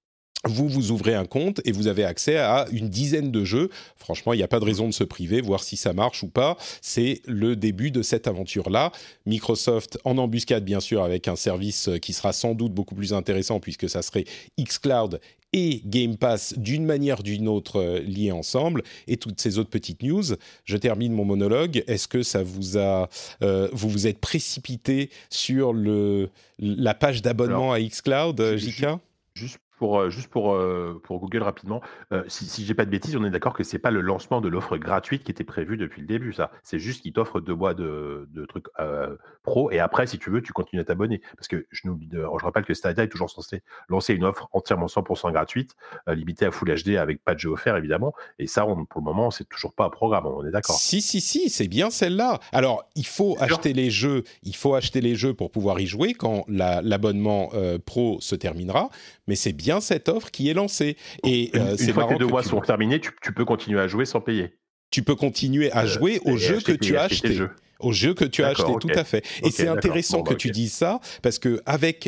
vous ouvrez un compte et vous avez accès à une dizaine de jeux. Franchement, il n'y a pas de raison de se priver, voir si ça marche ou pas. C'est le début de cette aventure-là. Microsoft en embuscade, bien sûr, avec un service qui sera sans doute beaucoup plus intéressant puisque ça serait xCloud et Game Pass d'une manière ou d'une autre liés ensemble, et toutes ces autres petites news. Je termine mon monologue. Est-ce que ça vous a... vous vous êtes précipité sur la page d'abonnement à xCloud, JK ? Juste pour Google rapidement, si je dis pas de bêtises, on est d'accord que c'est pas le lancement de l'offre gratuite qui était prévue depuis le début, ça. C'est juste qu'ils t'offrent 2 mois de trucs pro, et après, si tu veux, tu continues à t'abonner. Parce que je rappelle que Stadia est toujours censé lancer une offre entièrement 100% gratuite, limitée à Full HD avec pas de jeu offert, évidemment. Et ça, pour le moment, c'est toujours pas un programme, on est d'accord. Si, c'est bien celle-là. Alors, il faut acheter les jeux pour pouvoir y jouer quand l'abonnement pro se terminera, mais c'est bien cette offre qui est lancée. Et une fois que les 2 mois sont terminés, tu peux continuer à jouer sans payer. Tu peux continuer à jouer aux jeux que tu as achetés. Aux jeux que tu as achetés, tout à fait. Et c'est intéressant que tu dises ça, parce que avec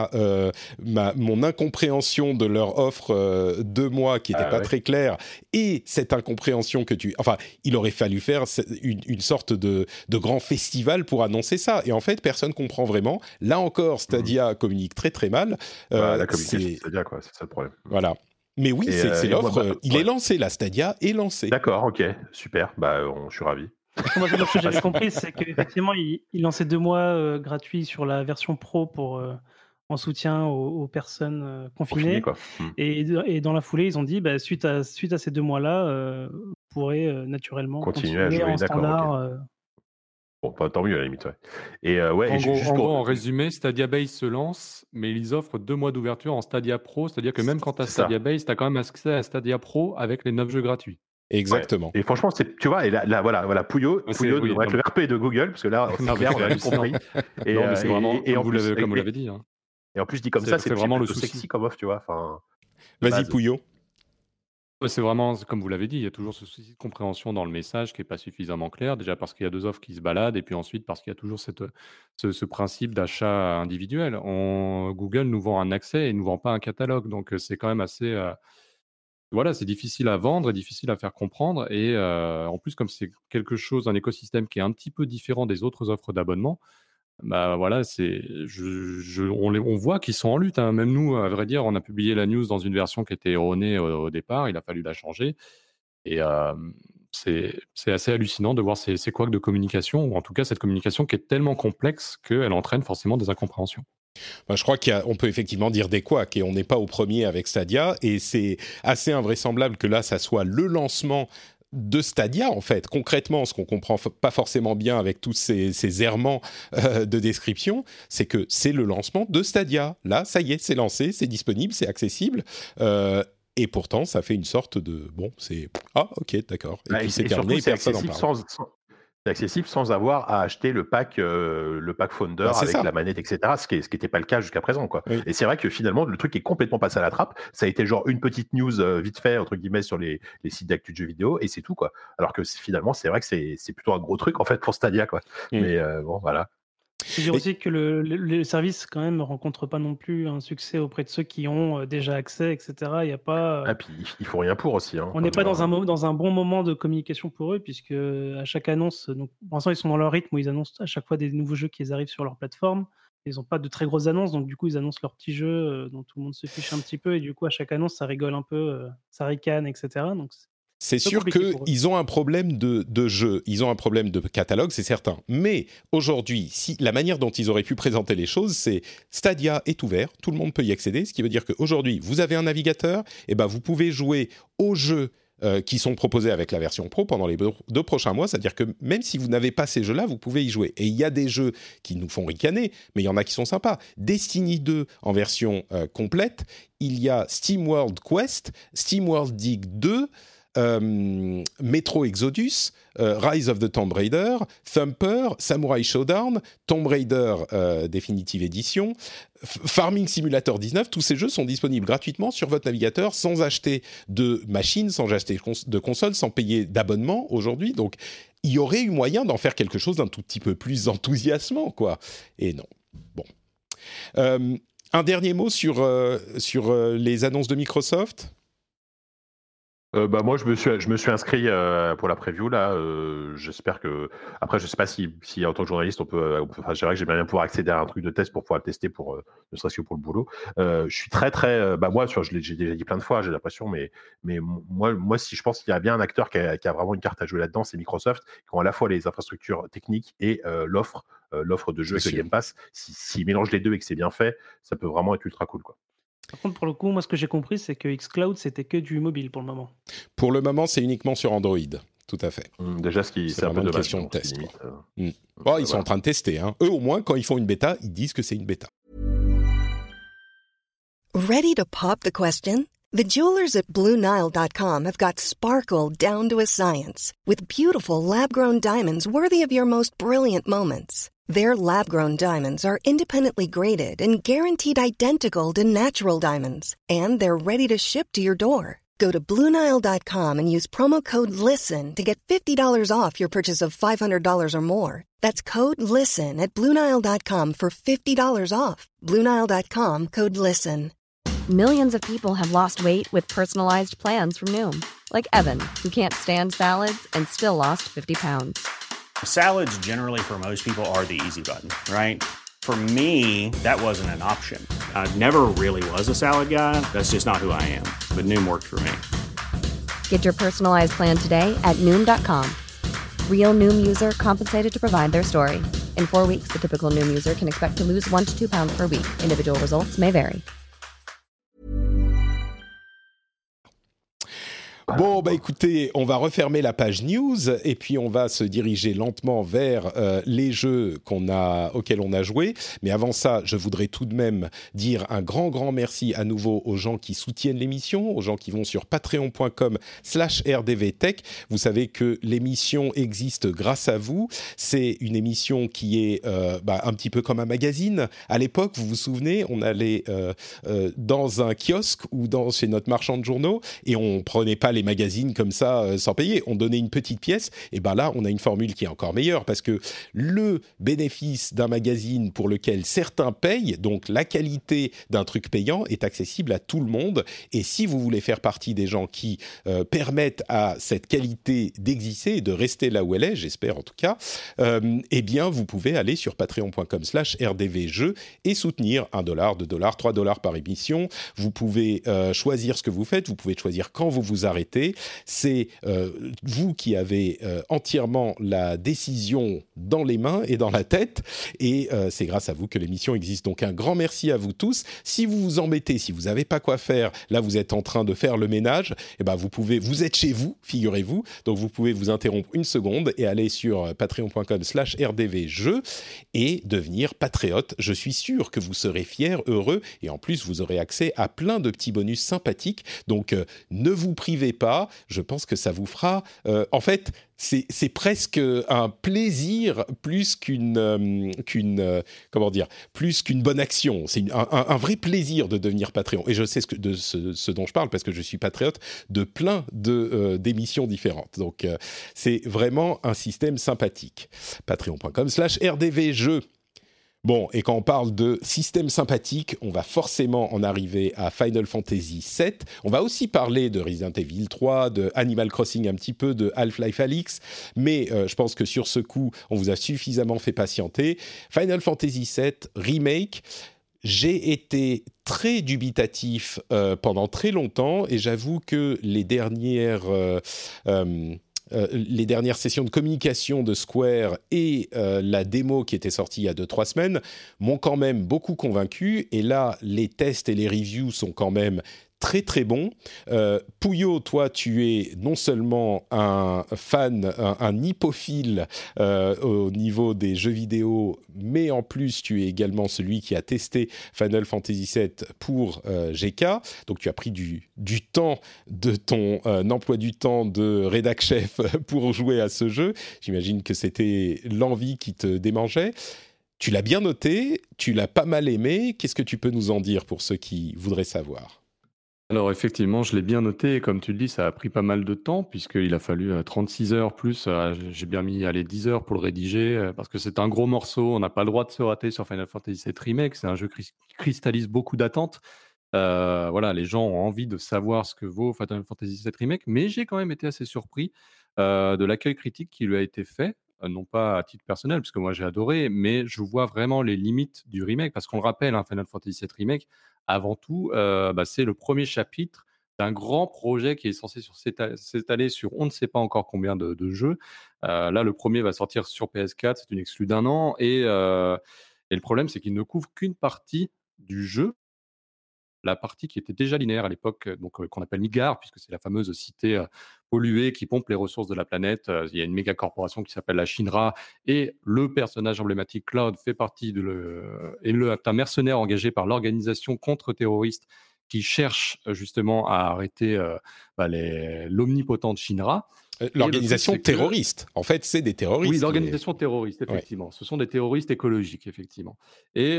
mon incompréhension de leur offre 2 mois qui n'était pas très claire, et cette incompréhension il aurait fallu faire une sorte de grand festival pour annoncer ça. Et en fait, personne comprend vraiment. Là encore, Stadia communique très très mal. La communication Stadia, quoi, c'est ça le problème. Voilà. Mais oui, c'est l'offre. Il est lancé, la Stadia est lancée. D'accord, ok, super. Je suis ravi. Moi, ce que j'avais compris, c'est qu'effectivement, il lançait 2 mois gratuits sur la version pro pour en soutien aux personnes confinées. Quoi. Et dans la foulée, ils ont dit, suite à ces 2 mois-là, vous pourrez naturellement continuer à jouer en standard. Bon, tant mieux à la limite, ouais. Et en résumé, Stadia Base se lance, mais ils offrent 2 mois d'ouverture en Stadia Pro, c'est-à-dire que même quand tu as Stadia Base, tu as quand même accès à Stadia Pro avec les 9 jeux gratuits. Exactement. Ouais. Et franchement, tu vois, et là voilà, Pouillot devrait être le RP de Google, parce que là, c'est clair, on a bien compris. C'est vraiment, comme vous l'avez dit. Hein. Et en plus, dit comme ça, c'est vraiment le sexy comme offre, tu vois. Vas-y, Pouillot. C'est vraiment, comme vous l'avez dit, il y a toujours ce souci de compréhension dans le message qui n'est pas suffisamment clair. Déjà parce qu'il y a 2 offres qui se baladent, et puis ensuite parce qu'il y a toujours ce principe d'achat individuel. Google nous vend un accès et ne nous vend pas un catalogue. Donc c'est quand même assez... c'est difficile à vendre et difficile à faire comprendre. Et en plus, comme c'est un écosystème qui est un petit peu différent des autres offres d'abonnement, on voit qu'ils sont en lutte. Hein. Même nous, à vrai dire, on a publié la news dans une version qui était erronée au départ. Il a fallu la changer. Et c'est assez hallucinant de voir ces couacs de communication, ou en tout cas cette communication qui est tellement complexe qu'elle entraîne forcément des incompréhensions. Je crois qu'on peut effectivement dire des couacs, et on n'est pas au premier avec Stadia, et c'est assez invraisemblable que là, ça soit le lancement de Stadia, en fait. Concrètement, ce qu'on comprend pas forcément bien avec tous ces errements de description, c'est que c'est le lancement de Stadia. Là, ça y est, c'est lancé, c'est disponible, c'est accessible. Et pourtant, ça fait une sorte de... ok, d'accord. Et puis c'est terminé, c'est personne n'en parle. C'est accessible sans avoir à acheter le pack Founder avec la manette, etc. Ce qui n'était pas le cas jusqu'à présent, quoi. Oui. Et c'est vrai que finalement, le truc est complètement passé à la trappe. Ça a été genre une petite news vite fait, entre guillemets, sur les sites d'actu de jeux vidéo, et c'est tout, quoi. Alors que finalement, c'est vrai que c'est plutôt un gros truc, en fait, pour Stadia, quoi. Mais voilà. Je veux dire aussi que le service, quand même, ne rencontre pas non plus un succès auprès de ceux qui ont déjà accès, etc. Il n'y a pas... Ah, puis il faut rien pour aussi. Hein, on n'est pas dans un bon moment de communication pour eux, puisque à chaque annonce... Donc, pour l'instant, ils sont dans leur rythme où ils annoncent à chaque fois des nouveaux jeux qui arrivent sur leur plateforme. Ils n'ont pas de très grosses annonces, donc du coup, ils annoncent leurs petits jeux dont tout le monde se fiche un petit peu, et du coup, à chaque annonce, ça rigole un peu, ça ricane, etc. Donc, c'est sûr qu'ils ont un problème de jeu, ils ont un problème de catalogue, c'est certain. Mais aujourd'hui, la manière dont ils auraient pu présenter les choses, c'est Stadia est ouvert, tout le monde peut y accéder, ce qui veut dire qu'aujourd'hui, vous avez un navigateur, et vous pouvez jouer aux jeux qui sont proposés avec la version Pro pendant les 2 prochains mois, c'est-à-dire que même si vous n'avez pas ces jeux-là, vous pouvez y jouer. Et il y a des jeux qui nous font ricaner, mais il y en a qui sont sympas. Destiny 2 en version complète, il y a SteamWorld Quest, SteamWorld Dig 2, Metro Exodus, Rise of the Tomb Raider, Thumper, Samurai Showdown, Tomb Raider Definitive Edition, Farming Simulator 19, tous ces jeux sont disponibles gratuitement sur votre navigateur sans acheter de machine, sans acheter de console, sans payer d'abonnement aujourd'hui. Donc, il y aurait eu moyen d'en faire quelque chose d'un tout petit peu plus enthousiasmant, quoi. Et non. Bon. Un dernier mot sur les annonces de Microsoft. Moi, je me suis inscrit pour la preview là. J'espère que après, je sais pas si en tant que journaliste enfin, je dirais que j'aimerais bien pouvoir accéder à un truc de test pour pouvoir le tester pour ne serait-ce que pour le boulot. Je suis très moi, j'ai déjà dit plein de fois, j'ai l'impression, mais moi, si je pense qu'il y a bien un acteur qui a vraiment une carte à jouer là-dedans, c'est Microsoft, qui ont à la fois les infrastructures techniques et l'offre de jeu avec le Game Pass. S'ils mélangent les deux et que c'est bien fait, ça peut vraiment être ultra cool, quoi. Par contre, pour le coup, moi, ce que j'ai compris, c'est que xCloud, c'était que du mobile pour le moment. Pour le moment, c'est uniquement sur Android. Tout à fait. Déjà, c'est un peu vraiment une dommage, question de test. limite, Ils sont en train de tester. Hein. Eux, au moins, quand ils font une bêta, ils disent que c'est une bêta. Ready to pop the question? The jewelers at BlueNile.com have got sparkle down to a science with beautiful lab-grown diamonds worthy of your most brilliant moments. Their lab-grown diamonds are independently graded and guaranteed identical to natural diamonds, and they're ready to ship to your door. Go to BlueNile.com and use promo code LISTEN to get $50 off your purchase of $500 or more. That's code LISTEN at BlueNile.com for $50 off. BlueNile.com, code LISTEN. Millions of people have lost weight with personalized plans from Noom, like Evan, who can't stand salads and still lost 50 pounds. Salads generally for most people are the easy button, right? For me, that wasn't an option. I never really was a salad guy. That's just not who I am. But Noom worked for me. Get your personalized plan today at Noom.com. Real Noom user compensated to provide their story. In 4 weeks, the typical Noom user can expect to lose 1 to 2 pounds per week. Individual results may vary. Bon, écoutez, on va refermer la page news et puis on va se diriger lentement vers les jeux auxquels on a joué. Mais avant ça, je voudrais tout de même dire un grand merci à nouveau aux gens qui soutiennent l'émission, aux gens qui vont sur patreon.com/rdvtech. Vous savez que l'émission existe grâce à vous. C'est une émission qui est un petit peu comme un magazine. À l'époque, vous vous souvenez, on allait dans un kiosque ou chez notre marchand de journaux et on prenait pas les magazines comme ça sans payer, on donnait une petite pièce, et là on a une formule qui est encore meilleure parce que le bénéfice d'un magazine pour lequel certains payent, donc la qualité d'un truc payant est accessible à tout le monde, et si vous voulez faire partie des gens qui permettent à cette qualité d'exister et de rester là où elle est, j'espère en tout cas, eh bien vous pouvez aller sur patreon.com/rdvjeux et soutenir $1, $2, $3 par émission. Vous pouvez choisir ce que vous faites, vous pouvez choisir quand vous vous arrêtez. C'est vous qui avez entièrement la décision dans les mains et dans la tête, et c'est grâce à vous que l'émission existe. Donc un grand merci à vous tous. Si vous vous embêtez, si vous n'avez pas quoi faire, là vous êtes en train de faire le ménage, vous êtes chez vous, figurez-vous, donc vous pouvez vous interrompre une seconde et aller sur patreon.com/rdvjeux et devenir patriote. Je suis sûr que vous serez fiers, heureux, et en plus vous aurez accès à plein de petits bonus sympathiques, donc ne vous privez pas, je pense que ça vous fera... en fait, c'est presque un plaisir plus qu'une bonne action. C'est un vrai plaisir de devenir Patreon. Et je sais ce dont je parle parce que je suis patriote de plein d'émissions différentes. Donc, c'est vraiment un système sympathique. Patreon.com/rdvjeux. Bon, et quand on parle de système sympathique, on va forcément en arriver à Final Fantasy VII. On va aussi parler de Resident Evil 3, de Animal Crossing un petit peu, de Half-Life Alyx, mais je pense que sur ce coup, on vous a suffisamment fait patienter. Final Fantasy VII Remake, j'ai été très dubitatif pendant très longtemps, et j'avoue que les dernières sessions de communication de Square et la démo qui était sortie il y a 2-3 semaines m'ont quand même beaucoup convaincu, et là les tests et les reviews sont quand même très très bons. Pouillot, toi tu es non seulement un fan, un hippophile au niveau des jeux vidéo, mais en plus tu es également celui qui a testé Final Fantasy VII pour GK, donc tu as pris du temps de ton emploi du temps de rédac chef pour jouer à ce jeu. J'imagine que c'était l'envie qui te démangeait. Tu l'as bien noté, tu l'as pas mal aimé. Qu'est-ce que tu peux nous en dire pour ceux qui voudraient savoir ? Alors effectivement, je l'ai bien noté, et comme tu le dis, ça a pris pas mal de temps, puisqu'il a fallu 36 heures plus, j'ai bien mis 10 heures pour le rédiger, parce que c'est un gros morceau, on n'a pas le droit de se rater sur Final Fantasy VII Remake, c'est un jeu qui cristallise beaucoup d'attentes. Voilà, les gens ont envie de savoir ce que vaut Final Fantasy VII Remake, mais j'ai quand même été assez surpris de l'accueil critique qui lui a été fait, non pas à titre personnel, parce que moi j'ai adoré, mais je vois vraiment les limites du remake, parce qu'on le rappelle, hein, Final Fantasy VII Remake, avant tout, c'est le premier chapitre d'un grand projet qui est censé s'étaler sur on ne sait pas encore combien de jeux. Là, le premier va sortir sur PS4, c'est une exclue d'un an, et le problème, c'est qu'il ne couvre qu'une partie du jeu, la partie qui était déjà linéaire à l'époque, qu'on appelle Midgar, puisque c'est la fameuse cité polluée qui pompe les ressources de la planète. Il y a une méga corporation qui s'appelle la Shinra, et le personnage emblématique Cloud fait partie est un mercenaire engagé par l'organisation contre-terroriste qui cherche justement à arrêter l'omnipotente Shinra. L'organisation terroriste. En fait, c'est des terroristes. Oui, l'organisation terroriste, effectivement. Ouais. Ce sont des terroristes écologiques, effectivement. Et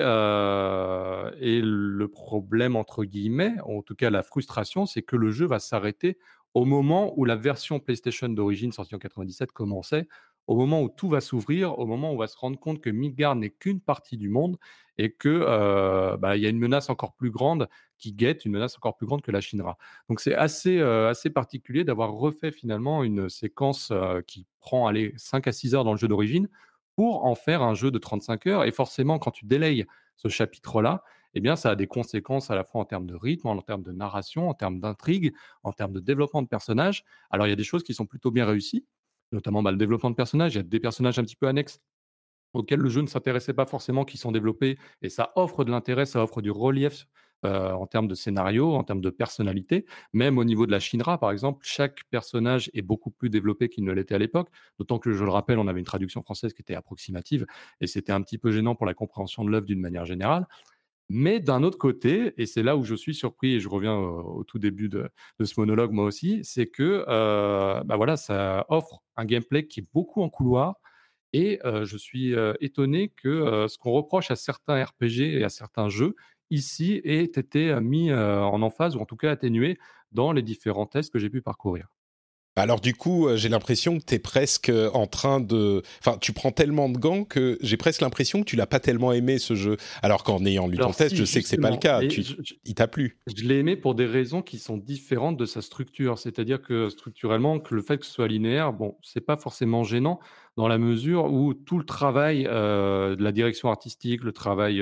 le problème, entre guillemets, en tout cas la frustration, c'est que le jeu va s'arrêter au moment où la version PlayStation d'origine, sortie en 97, commençait, au moment où tout va s'ouvrir, au moment où on va se rendre compte que Midgard n'est qu'une partie du monde et qu'il y a une menace encore plus grande qui guette, une menace encore plus grande que la Shinra. Donc c'est assez particulier d'avoir refait finalement une séquence qui prend 5 à 6 heures dans le jeu d'origine pour en faire un jeu de 35 heures. Et forcément, quand tu délayes ce chapitre-là, eh bien, ça a des conséquences à la fois en termes de rythme, en termes de narration, en termes d'intrigue, en termes de développement de personnages. Alors, il y a des choses qui sont plutôt bien réussies, notamment le développement de personnages. Il y a des personnages un petit peu annexes auxquels le jeu ne s'intéressait pas forcément, qui sont développés, et ça offre de l'intérêt, ça offre du relief en termes de scénario, en termes de personnalité. Même au niveau de la Shinra, par exemple, chaque personnage est beaucoup plus développé qu'il ne l'était à l'époque, d'autant que, je le rappelle, on avait une traduction française qui était approximative, et c'était un petit peu gênant pour la compréhension de l'œuvre d'une manière générale. Mais d'un autre côté, et c'est là où je suis surpris, et je reviens au tout début de ce monologue moi aussi, c'est que ça offre un gameplay qui est beaucoup en couloir, et je suis étonné que ce qu'on reproche à certains RPG et à certains jeux, ici, ait été mis en emphase, ou en tout cas atténué dans les différents tests que j'ai pu parcourir. Alors du coup, j'ai l'impression que tu es presque en train de... Enfin, tu prends tellement de gants que j'ai presque l'impression que tu l'as pas tellement aimé, ce jeu. Alors qu'en ayant lu ton test, je sais que c'est pas le cas. Il t'a plu. Je l'ai aimé pour des raisons qui sont différentes de sa structure. C'est-à-dire que structurellement, que le fait que ce soit linéaire, bon, c'est pas forcément gênant dans la mesure où tout le travail de la direction artistique, le travail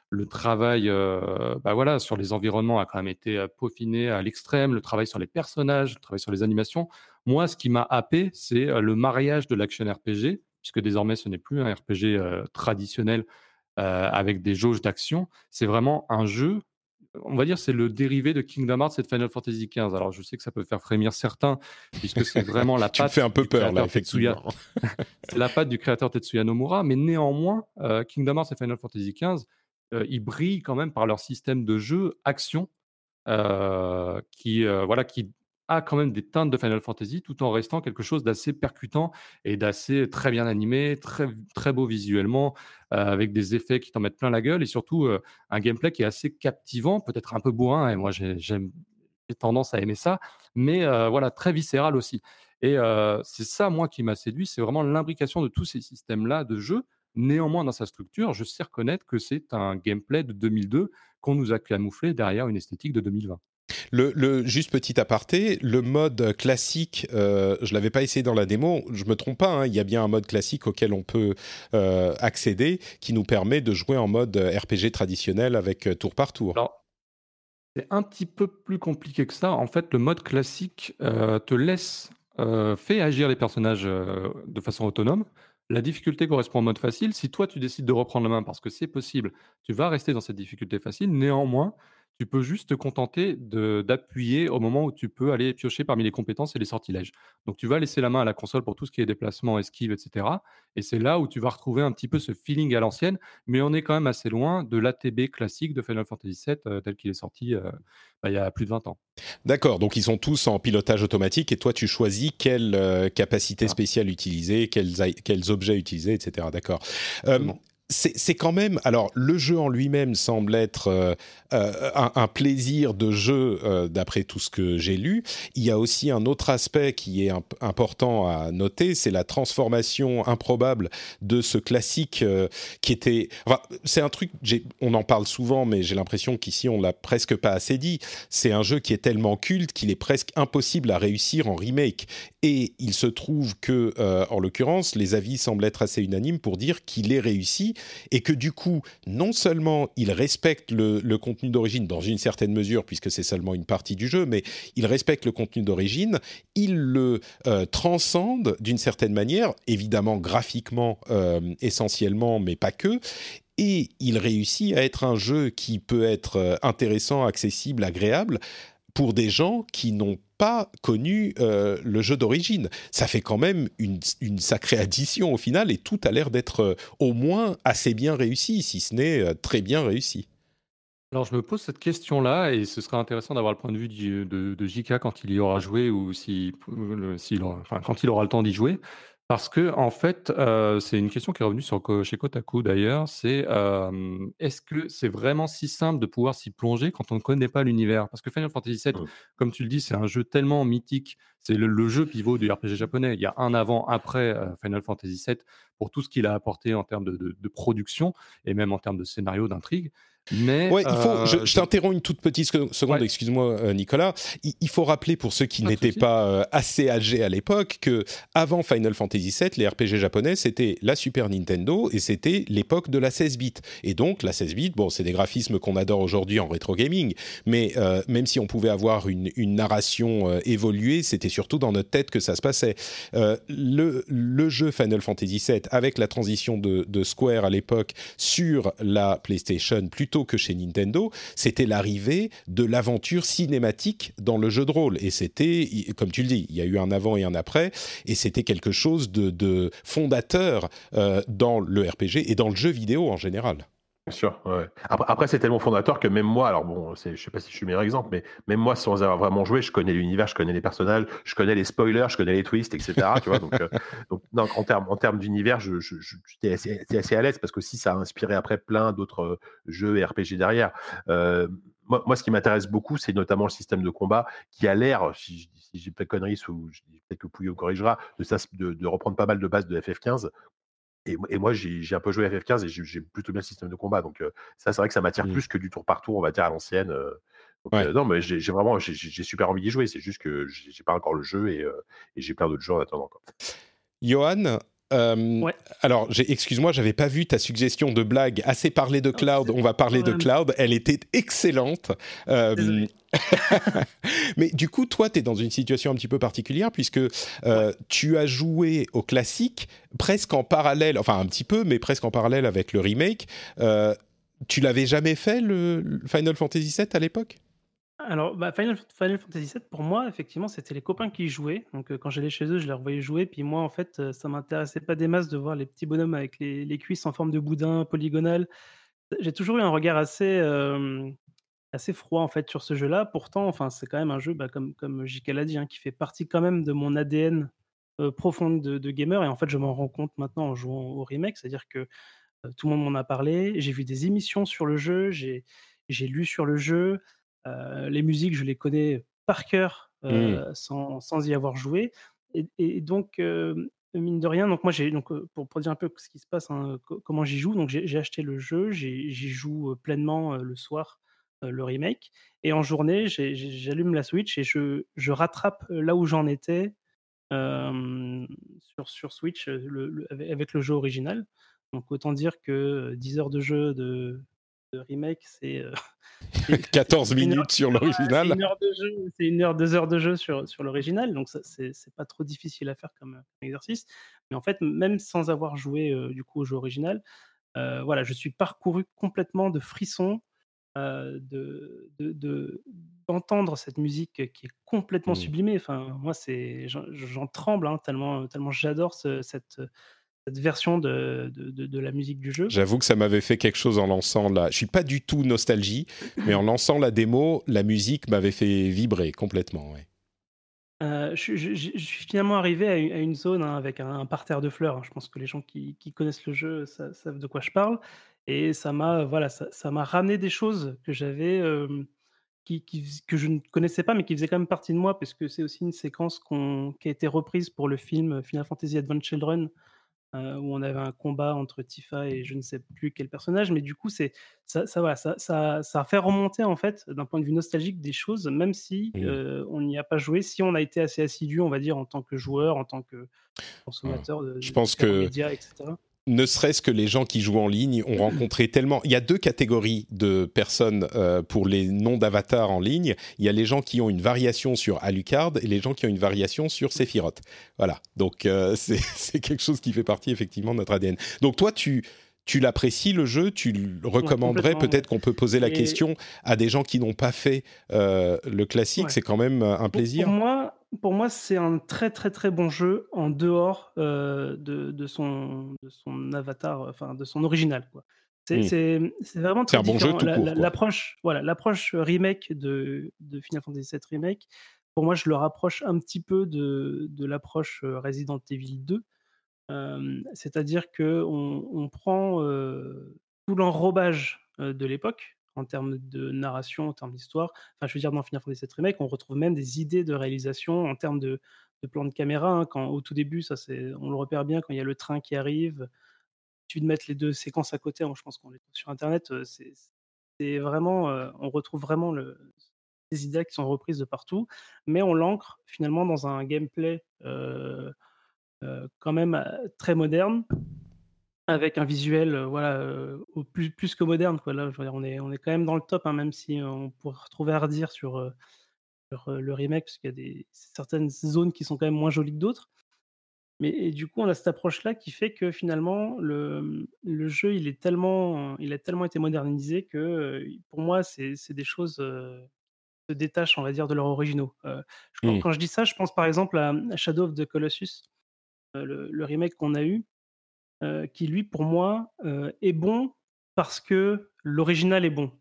sur les environnements a quand même été peaufiné à l'extrême, le travail sur les personnages, le travail sur les animations. Moi, ce qui m'a happé, c'est le mariage de l'action RPG, puisque désormais, ce n'est plus un RPG traditionnel avec des jauges d'action. C'est vraiment un jeu, on va dire, c'est le dérivé de Kingdom Hearts et de Final Fantasy XV. Alors, je sais que ça peut faire frémir certains, puisque c'est vraiment la patte. Tu me fais un peu peur, là, effectivement. C'est la patte du créateur Tetsuya Nomura, mais néanmoins, Kingdom Hearts et Final Fantasy XV, ils brillent quand même par leur système de jeu action, qui a quand même des teintes de Final Fantasy, tout en restant quelque chose d'assez percutant et d'assez très bien animé, très, très beau visuellement, avec des effets qui t'en mettent plein la gueule, et surtout un gameplay qui est assez captivant, peut-être un peu bourrin, et moi j'ai tendance à aimer ça, mais très viscéral aussi. Et c'est ça, moi, qui m'a séduit, c'est vraiment l'imbrication de tous ces systèmes-là de jeu. Néanmoins, dans sa structure, je sais reconnaître que c'est un gameplay de 2002 qu'on nous a camouflé derrière une esthétique de 2020. Juste petit aparté, le mode classique, je l'avais pas essayé dans la démo, je me trompe pas, hein, il y a bien un mode classique auquel on peut accéder, qui nous permet de jouer en mode RPG traditionnel avec tour par tour. Alors, c'est un petit peu plus compliqué que ça. En fait, le mode classique te laisse fait agir les personnages de façon autonome. La difficulté correspond au mode facile. Si toi, tu décides de reprendre la main parce que c'est possible, tu vas rester dans cette difficulté facile. Néanmoins, tu peux juste te contenter d'appuyer au moment où tu peux aller piocher parmi les compétences et les sortilèges. Donc, tu vas laisser la main à la console pour tout ce qui est déplacement, esquive, etc. Et c'est là où tu vas retrouver un petit peu ce feeling à l'ancienne, mais on est quand même assez loin de l'ATB classique de Final Fantasy VII tel qu'il est sorti il y a plus de 20 ans. D'accord, donc ils sont tous en pilotage automatique et toi tu choisis quelle capacité spéciale utiliser, quels objets utiliser, etc. D'accord. c'est quand même... Alors, le jeu en lui-même semble être un plaisir de jeu, d'après tout ce que j'ai lu. Il y a aussi un autre aspect qui est important à noter, c'est la transformation improbable de ce classique qui était... Enfin, c'est un truc, on en parle souvent, mais j'ai l'impression qu'ici, on l'a presque pas assez dit. C'est un jeu qui est tellement culte qu'il est presque impossible à réussir en remake. Et il se trouve que, en l'occurrence, les avis semblent être assez unanimes pour dire qu'il est réussi et que du coup, non seulement il respecte le contenu d'origine dans une certaine mesure, puisque c'est seulement une partie du jeu, mais il respecte le contenu d'origine, il le transcende d'une certaine manière, évidemment graphiquement essentiellement, mais pas que, et il réussit à être un jeu qui peut être intéressant, accessible, agréable, pour des gens qui n'ont pas connu le jeu d'origine. Ça fait quand même une sacrée addition au final, et tout a l'air d'être au moins assez bien réussi, si ce n'est très bien réussi. Alors je me pose cette question-là et ce serait intéressant d'avoir le point de vue de JK quand il y aura joué ou quand il aura le temps d'y jouer. Parce que en fait, c'est une question qui est revenue chez Kotaku d'ailleurs, c'est, est-ce que c'est vraiment si simple de pouvoir s'y plonger quand on ne connaît pas l'univers? Parce que Final Fantasy VII, comme tu le dis, c'est un jeu tellement mythique, c'est le jeu pivot du RPG japonais. Il y a un avant-après, Final Fantasy VII pour tout ce qu'il a apporté en termes de production et même en termes de scénario, d'intrigue. Mais ouais, je t'interromps une toute petite seconde, ouais. Excuse-moi Nicolas. Il faut rappeler pour ceux qui n'étaient pas assez âgés à l'époque que avant Final Fantasy VII, les RPG japonais c'était la Super Nintendo et c'était l'époque de la 16 bits. Et donc la 16 bits, bon, c'est des graphismes qu'on adore aujourd'hui en rétro gaming, mais même si on pouvait avoir une narration évoluée, c'était surtout dans notre tête que ça se passait. Le jeu Final Fantasy VII avec la transition de Square à l'époque sur la PlayStation plutôt que chez Nintendo, c'était l'arrivée de l'aventure cinématique dans le jeu de rôle. Et c'était, comme tu le dis, il y a eu un avant et un après, et c'était quelque chose de fondateur dans le RPG et dans le jeu vidéo en général. Bien sûr, ouais. Après, c'est tellement fondateur que même moi, alors bon, je sais pas si je suis le meilleur exemple, mais même moi, sans avoir vraiment joué, je connais l'univers, je connais les personnages, je connais les spoilers, je connais les twists, etc. Tu vois, donc non, en termes d'univers, j'étais assez à l'aise parce que si ça a inspiré après plein d'autres jeux et RPG derrière. Moi, ce qui m'intéresse beaucoup, c'est notamment le système de combat qui a l'air, si j'ai pas de conneries, ou peut-être que Pouillot corrigera, de reprendre pas mal de bases de FF15. Et moi, j'ai un peu joué à FF15 et j'ai plutôt bien le système de combat. Donc, ça, c'est vrai que ça m'attire plus que du tour par tour, on va dire, à l'ancienne. Donc, non, mais j'ai vraiment super envie d'y jouer. C'est juste que j'ai pas encore le jeu et j'ai plein d'autres jeux en attendant. Johan, ouais. Alors, excuse-moi, j'avais pas vu ta suggestion de blague. Assez parlé de Cloud, on va parler de Cloud. Elle était excellente. Mais du coup, toi, tu es dans une situation un petit peu particulière puisque tu as joué au classique presque en parallèle, enfin un petit peu, mais presque en parallèle avec le remake. Tu l'avais jamais fait, le Final Fantasy VII à l'époque ? Alors, Final Fantasy VII, pour moi, effectivement, c'était les copains qui y jouaient. Donc, quand j'allais chez eux, je les revoyais jouer. Puis moi, en fait, ça m'intéressait pas des masses de voir les petits bonhommes avec les cuisses en forme de boudin polygonal. J'ai toujours eu un regard assez froid, en fait, sur ce jeu-là. Pourtant, enfin, c'est quand même un jeu, comme JK l'a dit, hein, qui fait partie quand même de mon ADN profond de gamer. Et en fait, je m'en rends compte maintenant en jouant au remake. C'est-à-dire que tout le monde m'en a parlé. J'ai vu des émissions sur le jeu. J'ai lu sur le jeu. Les musiques, je les connais par cœur sans y avoir joué. Et donc, mine de rien, donc moi, pour dire un peu ce qui se passe, hein, comment j'y joue, donc j'ai acheté le jeu, j'y joue pleinement le soir, le remake. Et en journée, j'allume la Switch et je rattrape là où j'en étais sur Switch avec le jeu original. Donc autant dire que 10 heures de jeu de remake, c'est 14 minutes sur l'original. C'est 1 heure de jeu, c'est 1 heure, 2 heures de jeu sur l'original, donc ça, c'est pas trop difficile à faire comme exercice. Mais en fait, même sans avoir joué du coup au jeu original, voilà, je suis parcouru complètement de frissons, d'entendre cette musique qui est complètement sublimée. Enfin, moi, j'en tremble, hein, tellement j'adore cette version de la musique du jeu. J'avoue que ça m'avait fait quelque chose en lançant je suis pas du tout nostalgie, mais en lançant la démo, la musique m'avait fait vibrer complètement. Ouais. Je suis finalement arrivé à une zone, hein, avec un parterre de fleurs, hein. Je pense que les gens qui connaissent le jeu savent de quoi je parle et ça m'a, voilà, ça m'a ramené des choses que j'avais, que je ne connaissais pas, mais qui faisaient quand même partie de moi parce que c'est aussi une séquence qui a été reprise pour le film Final Fantasy Advent Children, où on avait un combat entre Tifa et je ne sais plus quel personnage, mais du coup, voilà, ça a fait remonter, en fait, d'un point de vue nostalgique, des choses, même si, Mmh. on n'y a pas joué, si on a été assez assidu, on va dire, en tant que joueur, en tant que Voilà. consommateur Je de pense différents que médias et cetera. ne serait-ce que les gens qui jouent en ligne ont rencontré tellement. Il y a deux catégories de personnes pour les noms d'avatars en ligne. Il y a les gens qui ont une variation sur Alucard et les gens qui ont une variation sur Sephiroth. Voilà. Donc c'est quelque chose qui fait partie effectivement de notre ADN. Donc toi, tu l'apprécies le jeu, tu le Ouais, recommanderais. complètement, ouais. Peut-être qu'on peut poser la Et question à des gens qui n'ont pas fait le classique. ouais. C'est quand même un Pour plaisir. pour moi, c'est un très, très, très bon jeu en dehors, de son avatar, enfin de son original, quoi. Hmm. C'est vraiment C'est très un bon jeu différent. tout court, quoi. L'approche remake de Final Fantasy VII Remake, pour moi, je le rapproche un petit peu de l'approche, Resident Evil 2. C'est-à-dire qu'on prend, tout l'enrobage, de l'époque, en termes de narration, en termes d'histoire. Enfin, je veux dire, dans Final Fantasy VII Remake, on retrouve même des idées de réalisation en termes de plan de caméra, hein. Quand au tout début, ça c'est on le repère bien quand il y a le train qui arrive, tu de mettre les 2 séquences à côté, hein, je pense qu'on les trouve sur internet, c'est vraiment, on retrouve vraiment les idées qui sont reprises de partout, mais on l'ancre finalement dans un gameplay, quand même, très moderne, avec un visuel, voilà, au plus que moderne, quoi. Là, je veux dire, on est quand même dans le top, hein, même si on pourrait retrouver à redire sur, le remake, parce qu'il y a certaines zones qui sont quand même moins jolies que d'autres. Mais et du coup, on a cette approche-là qui fait que finalement le jeu, il a tellement été modernisé que, pour moi, c'est des choses, se détachent, on va dire, de leurs originaux. Hmm. Quand je dis ça, je pense par exemple à Shadow of the Colossus, le remake qu'on a eu, qui lui, pour moi, est bon parce que l'original est bon.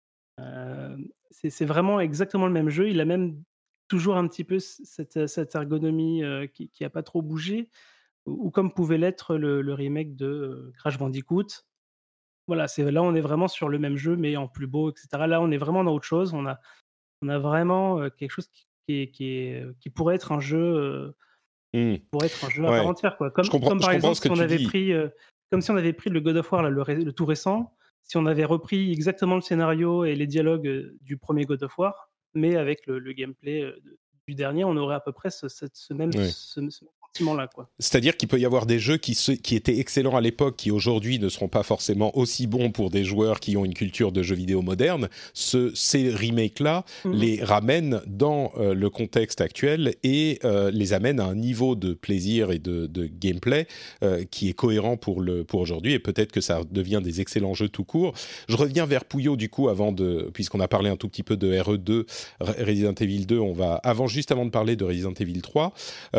C'est vraiment exactement le même jeu. Il a même toujours un petit peu cette ergonomie, qui a pas trop bougé, ou comme pouvait l'être le remake de, Crash Bandicoot. Voilà, là, on est vraiment sur le même jeu, mais en plus beau et cetera. Là, on est vraiment dans autre chose. On a vraiment, quelque chose qui pourrait être un jeu, Hmm. à part Ouais. entière, quoi. Je Par comprends exemple, ce que tu dis. comme si on avait pris le God of War là, le tout récent, si on avait repris exactement le scénario et les dialogues, du premier God of War, mais avec le gameplay, du dernier, on aurait à peu près Ouais. ce même sentiment-là, quoi. C'est-à-dire qu'il peut y avoir des jeux qui étaient excellents à l'époque, qui aujourd'hui ne seront pas forcément aussi bons pour des joueurs qui ont une culture de jeux vidéo moderne. Ces remakes-là Mmh mh. les ramènent dans le contexte actuel et les amènent à un niveau de plaisir et de gameplay qui est cohérent pour aujourd'hui. Et peut-être que ça devient des excellents jeux tout court. Je reviens vers Pouillot du coup puisqu'on a parlé un tout petit peu de RE2, Resident Evil 2. Juste avant de parler de Resident Evil 3.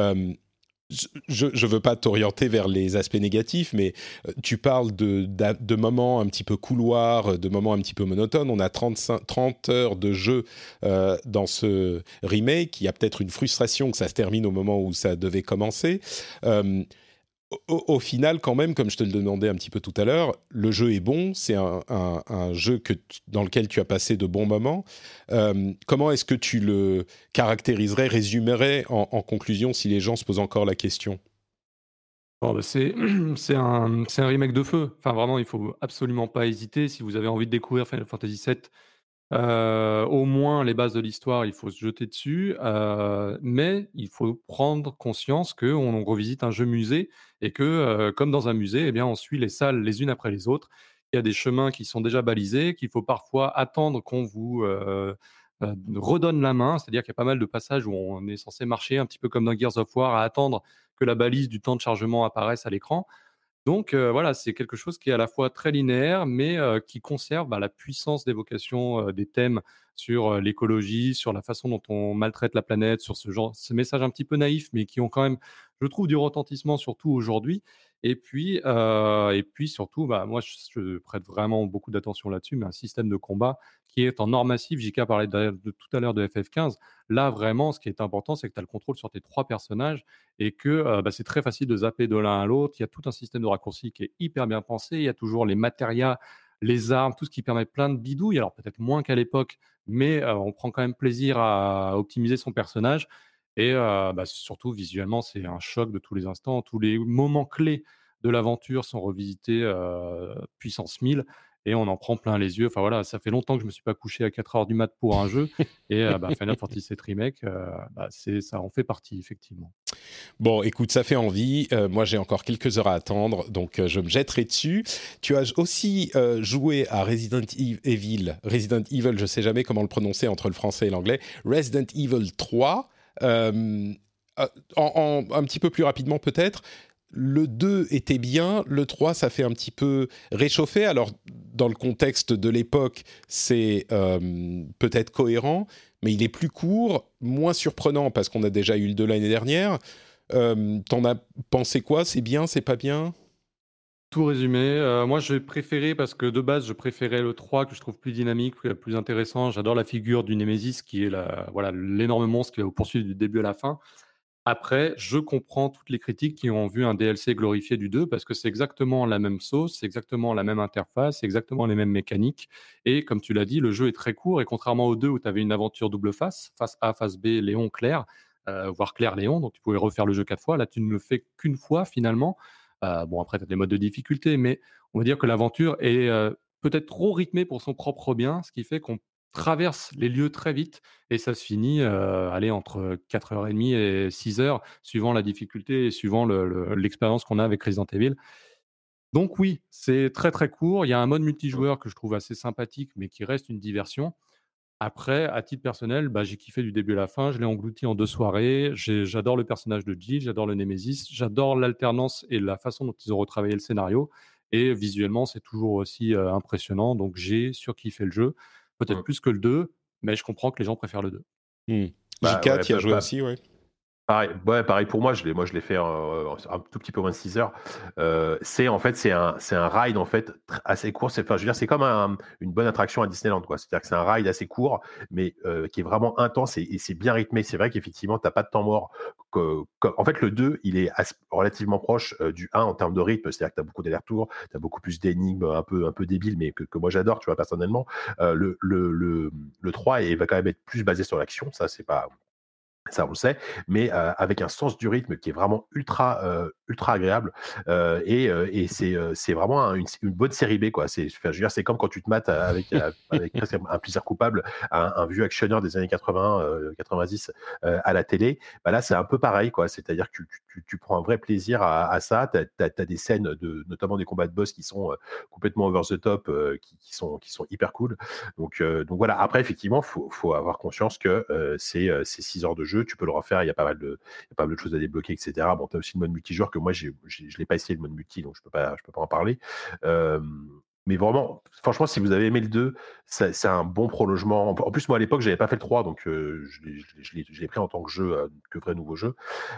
Je ne veux pas t'orienter vers les aspects négatifs, mais tu parles de moments un petit peu couloirs, de moments un petit peu monotones. On a 30 heures de jeu dans ce remake. Il y a peut-être une frustration que ça se termine au moment où ça devait commencer. Euh, au final, quand même, comme je te le demandais un petit peu tout à l'heure, le jeu est bon, c'est un jeu dans lequel tu as passé de bons moments. Comment est-ce que tu le caractériserais, résumerais en conclusion si les gens se posent encore la question? Bon, bah, c'est un remake de feu. Enfin, vraiment, il faut absolument pas hésiter. Si vous avez envie de découvrir Final Fantasy VII, au moins les bases de l'histoire, il faut se jeter dessus, mais il faut prendre conscience qu'on revisite un jeu musée et que, comme dans un musée, eh bien, on suit les salles les unes après les autres. Il y a des chemins qui sont déjà balisés, qu'il faut parfois attendre qu'on vous, redonne la main. C'est-à-dire qu'il y a pas mal de passages où on est censé marcher un petit peu comme dans Gears of War, à attendre que la balise du temps de chargement apparaisse à l'écran. Donc voilà, c'est quelque chose qui est à la fois très linéaire, mais qui conserve, bah, la puissance d'évocation, des thèmes sur, l'écologie, sur la façon dont on maltraite la planète, sur ces messages un petit peu naïfs, mais qui ont quand même, je trouve, du retentissement, surtout aujourd'hui. Et puis surtout, bah, moi, je prête vraiment beaucoup d'attention là-dessus, mais un système de combat qui est en or massif. JK parlait tout à l'heure de FF15. Là, vraiment, ce qui est important, c'est que tu as le contrôle sur tes 3 personnages et que c'est très facile de zapper de l'un à l'autre. Il y a tout un système de raccourcis qui est hyper bien pensé. Il y a toujours les matérias, les armes, tout ce qui permet plein de bidouilles. Alors peut-être moins qu'à l'époque, mais on prend quand même plaisir à optimiser son personnage. Et surtout, visuellement, c'est un choc de tous les instants. Tous les moments clés de l'aventure sont revisités puissance 1000 et on en prend plein les yeux. Enfin voilà, ça fait longtemps que je me suis pas couché à 4 heures du mat pour un jeu et Final Fantasy VII Remake, ça en fait partie effectivement. Bon, écoute, ça fait envie. Moi, j'ai encore quelques heures à attendre, donc je me jetterai dessus. Tu as aussi joué à Resident Evil, je sais jamais comment le prononcer entre le français et l'anglais, Resident Evil 3. Un petit peu plus rapidement peut-être, le 2 était bien, le 3 ça fait un petit peu réchauffer. Alors dans le contexte de l'époque c'est peut-être cohérent, mais il est plus court, moins surprenant parce qu'on a déjà eu le 2 l'année dernière. T'en as pensé quoi? C'est bien, c'est pas bien? Tout résumé, moi j'ai préféré parce que de base je préférais le 3 que je trouve plus dynamique, plus intéressant. J'adore la figure du Némésis qui est l'énorme monstre qui va vous poursuivre du début à la fin. Après, je comprends toutes les critiques qui ont vu un DLC glorifié du 2 parce que c'est exactement la même sauce, c'est exactement la même interface, c'est exactement les mêmes mécaniques. Et comme tu l'as dit, le jeu est très court et contrairement au 2 où tu avais une aventure double face A, face B, Léon, Claire, voire Claire, Léon, donc tu pouvais refaire le jeu 4 fois. Là, tu ne le fais qu'une fois finalement. Bon, après, tu as des modes de difficulté, mais on va dire que l'aventure est peut-être trop rythmée pour son propre bien, ce qui fait qu'on traverse les lieux très vite et ça se finit entre 4h30 et 6h, suivant la difficulté et suivant l'expérience qu'on a avec Resident Evil. Donc oui, c'est très très court. Il y a un mode multijoueur que je trouve assez sympathique, mais qui reste une diversion. Après, à titre personnel, j'ai kiffé du début à la fin. Je l'ai englouti en 2 soirées. J'adore le personnage de Jill, j'adore le Némésis, j'adore l'alternance et la façon dont ils ont retravaillé le scénario. Et visuellement, c'est toujours aussi impressionnant. Donc j'ai surkiffé le jeu, peut-être plus que le 2, mais je comprends que les gens préfèrent le 2. JK, tu y as joué aussi, ouais. Pareil pour moi, je l'ai fait un tout petit peu moins de 6 heures. C'est un ride en fait assez court. Je veux dire, c'est comme une bonne attraction à Disneyland, quoi. C'est-à-dire que c'est un ride assez court, mais qui est vraiment intense et c'est bien rythmé. C'est vrai qu'effectivement, t'as pas de temps mort. En fait, le 2, il est relativement proche du 1 en termes de rythme. C'est-à-dire que t'as beaucoup d'allers-retours, t'as beaucoup plus d'énigmes un peu débiles, mais que moi j'adore, tu vois, personnellement. Le 3 va quand même être plus basé sur l'action. Ça, on le sait, mais avec un sens du rythme qui est vraiment ultra agréable et c'est vraiment une bonne série B, quoi. Je veux dire, c'est comme quand tu te mates avec presque un plaisir coupable un vieux actionneur des années 80, 90 à la télé. Là, c'est un peu pareil, quoi. C'est-à-dire que tu prends un vrai plaisir à ça. T'as des scènes notamment des combats de boss qui sont complètement over the top, qui sont hyper cool. Donc voilà. Après, effectivement, faut avoir conscience que c'est 6 heures de jeu. Tu peux le refaire, il y a pas mal de choses à débloquer, etc. Bon, tu as aussi le mode multijoueur que moi je l'ai pas essayé, le mode multi, donc je peux pas en parler. Mais vraiment, franchement, si vous avez aimé le 2, c'est un bon prolongement. En plus, moi à l'époque, j'avais pas fait le 3, donc je l'ai pris en tant que jeu, que vrai nouveau jeu.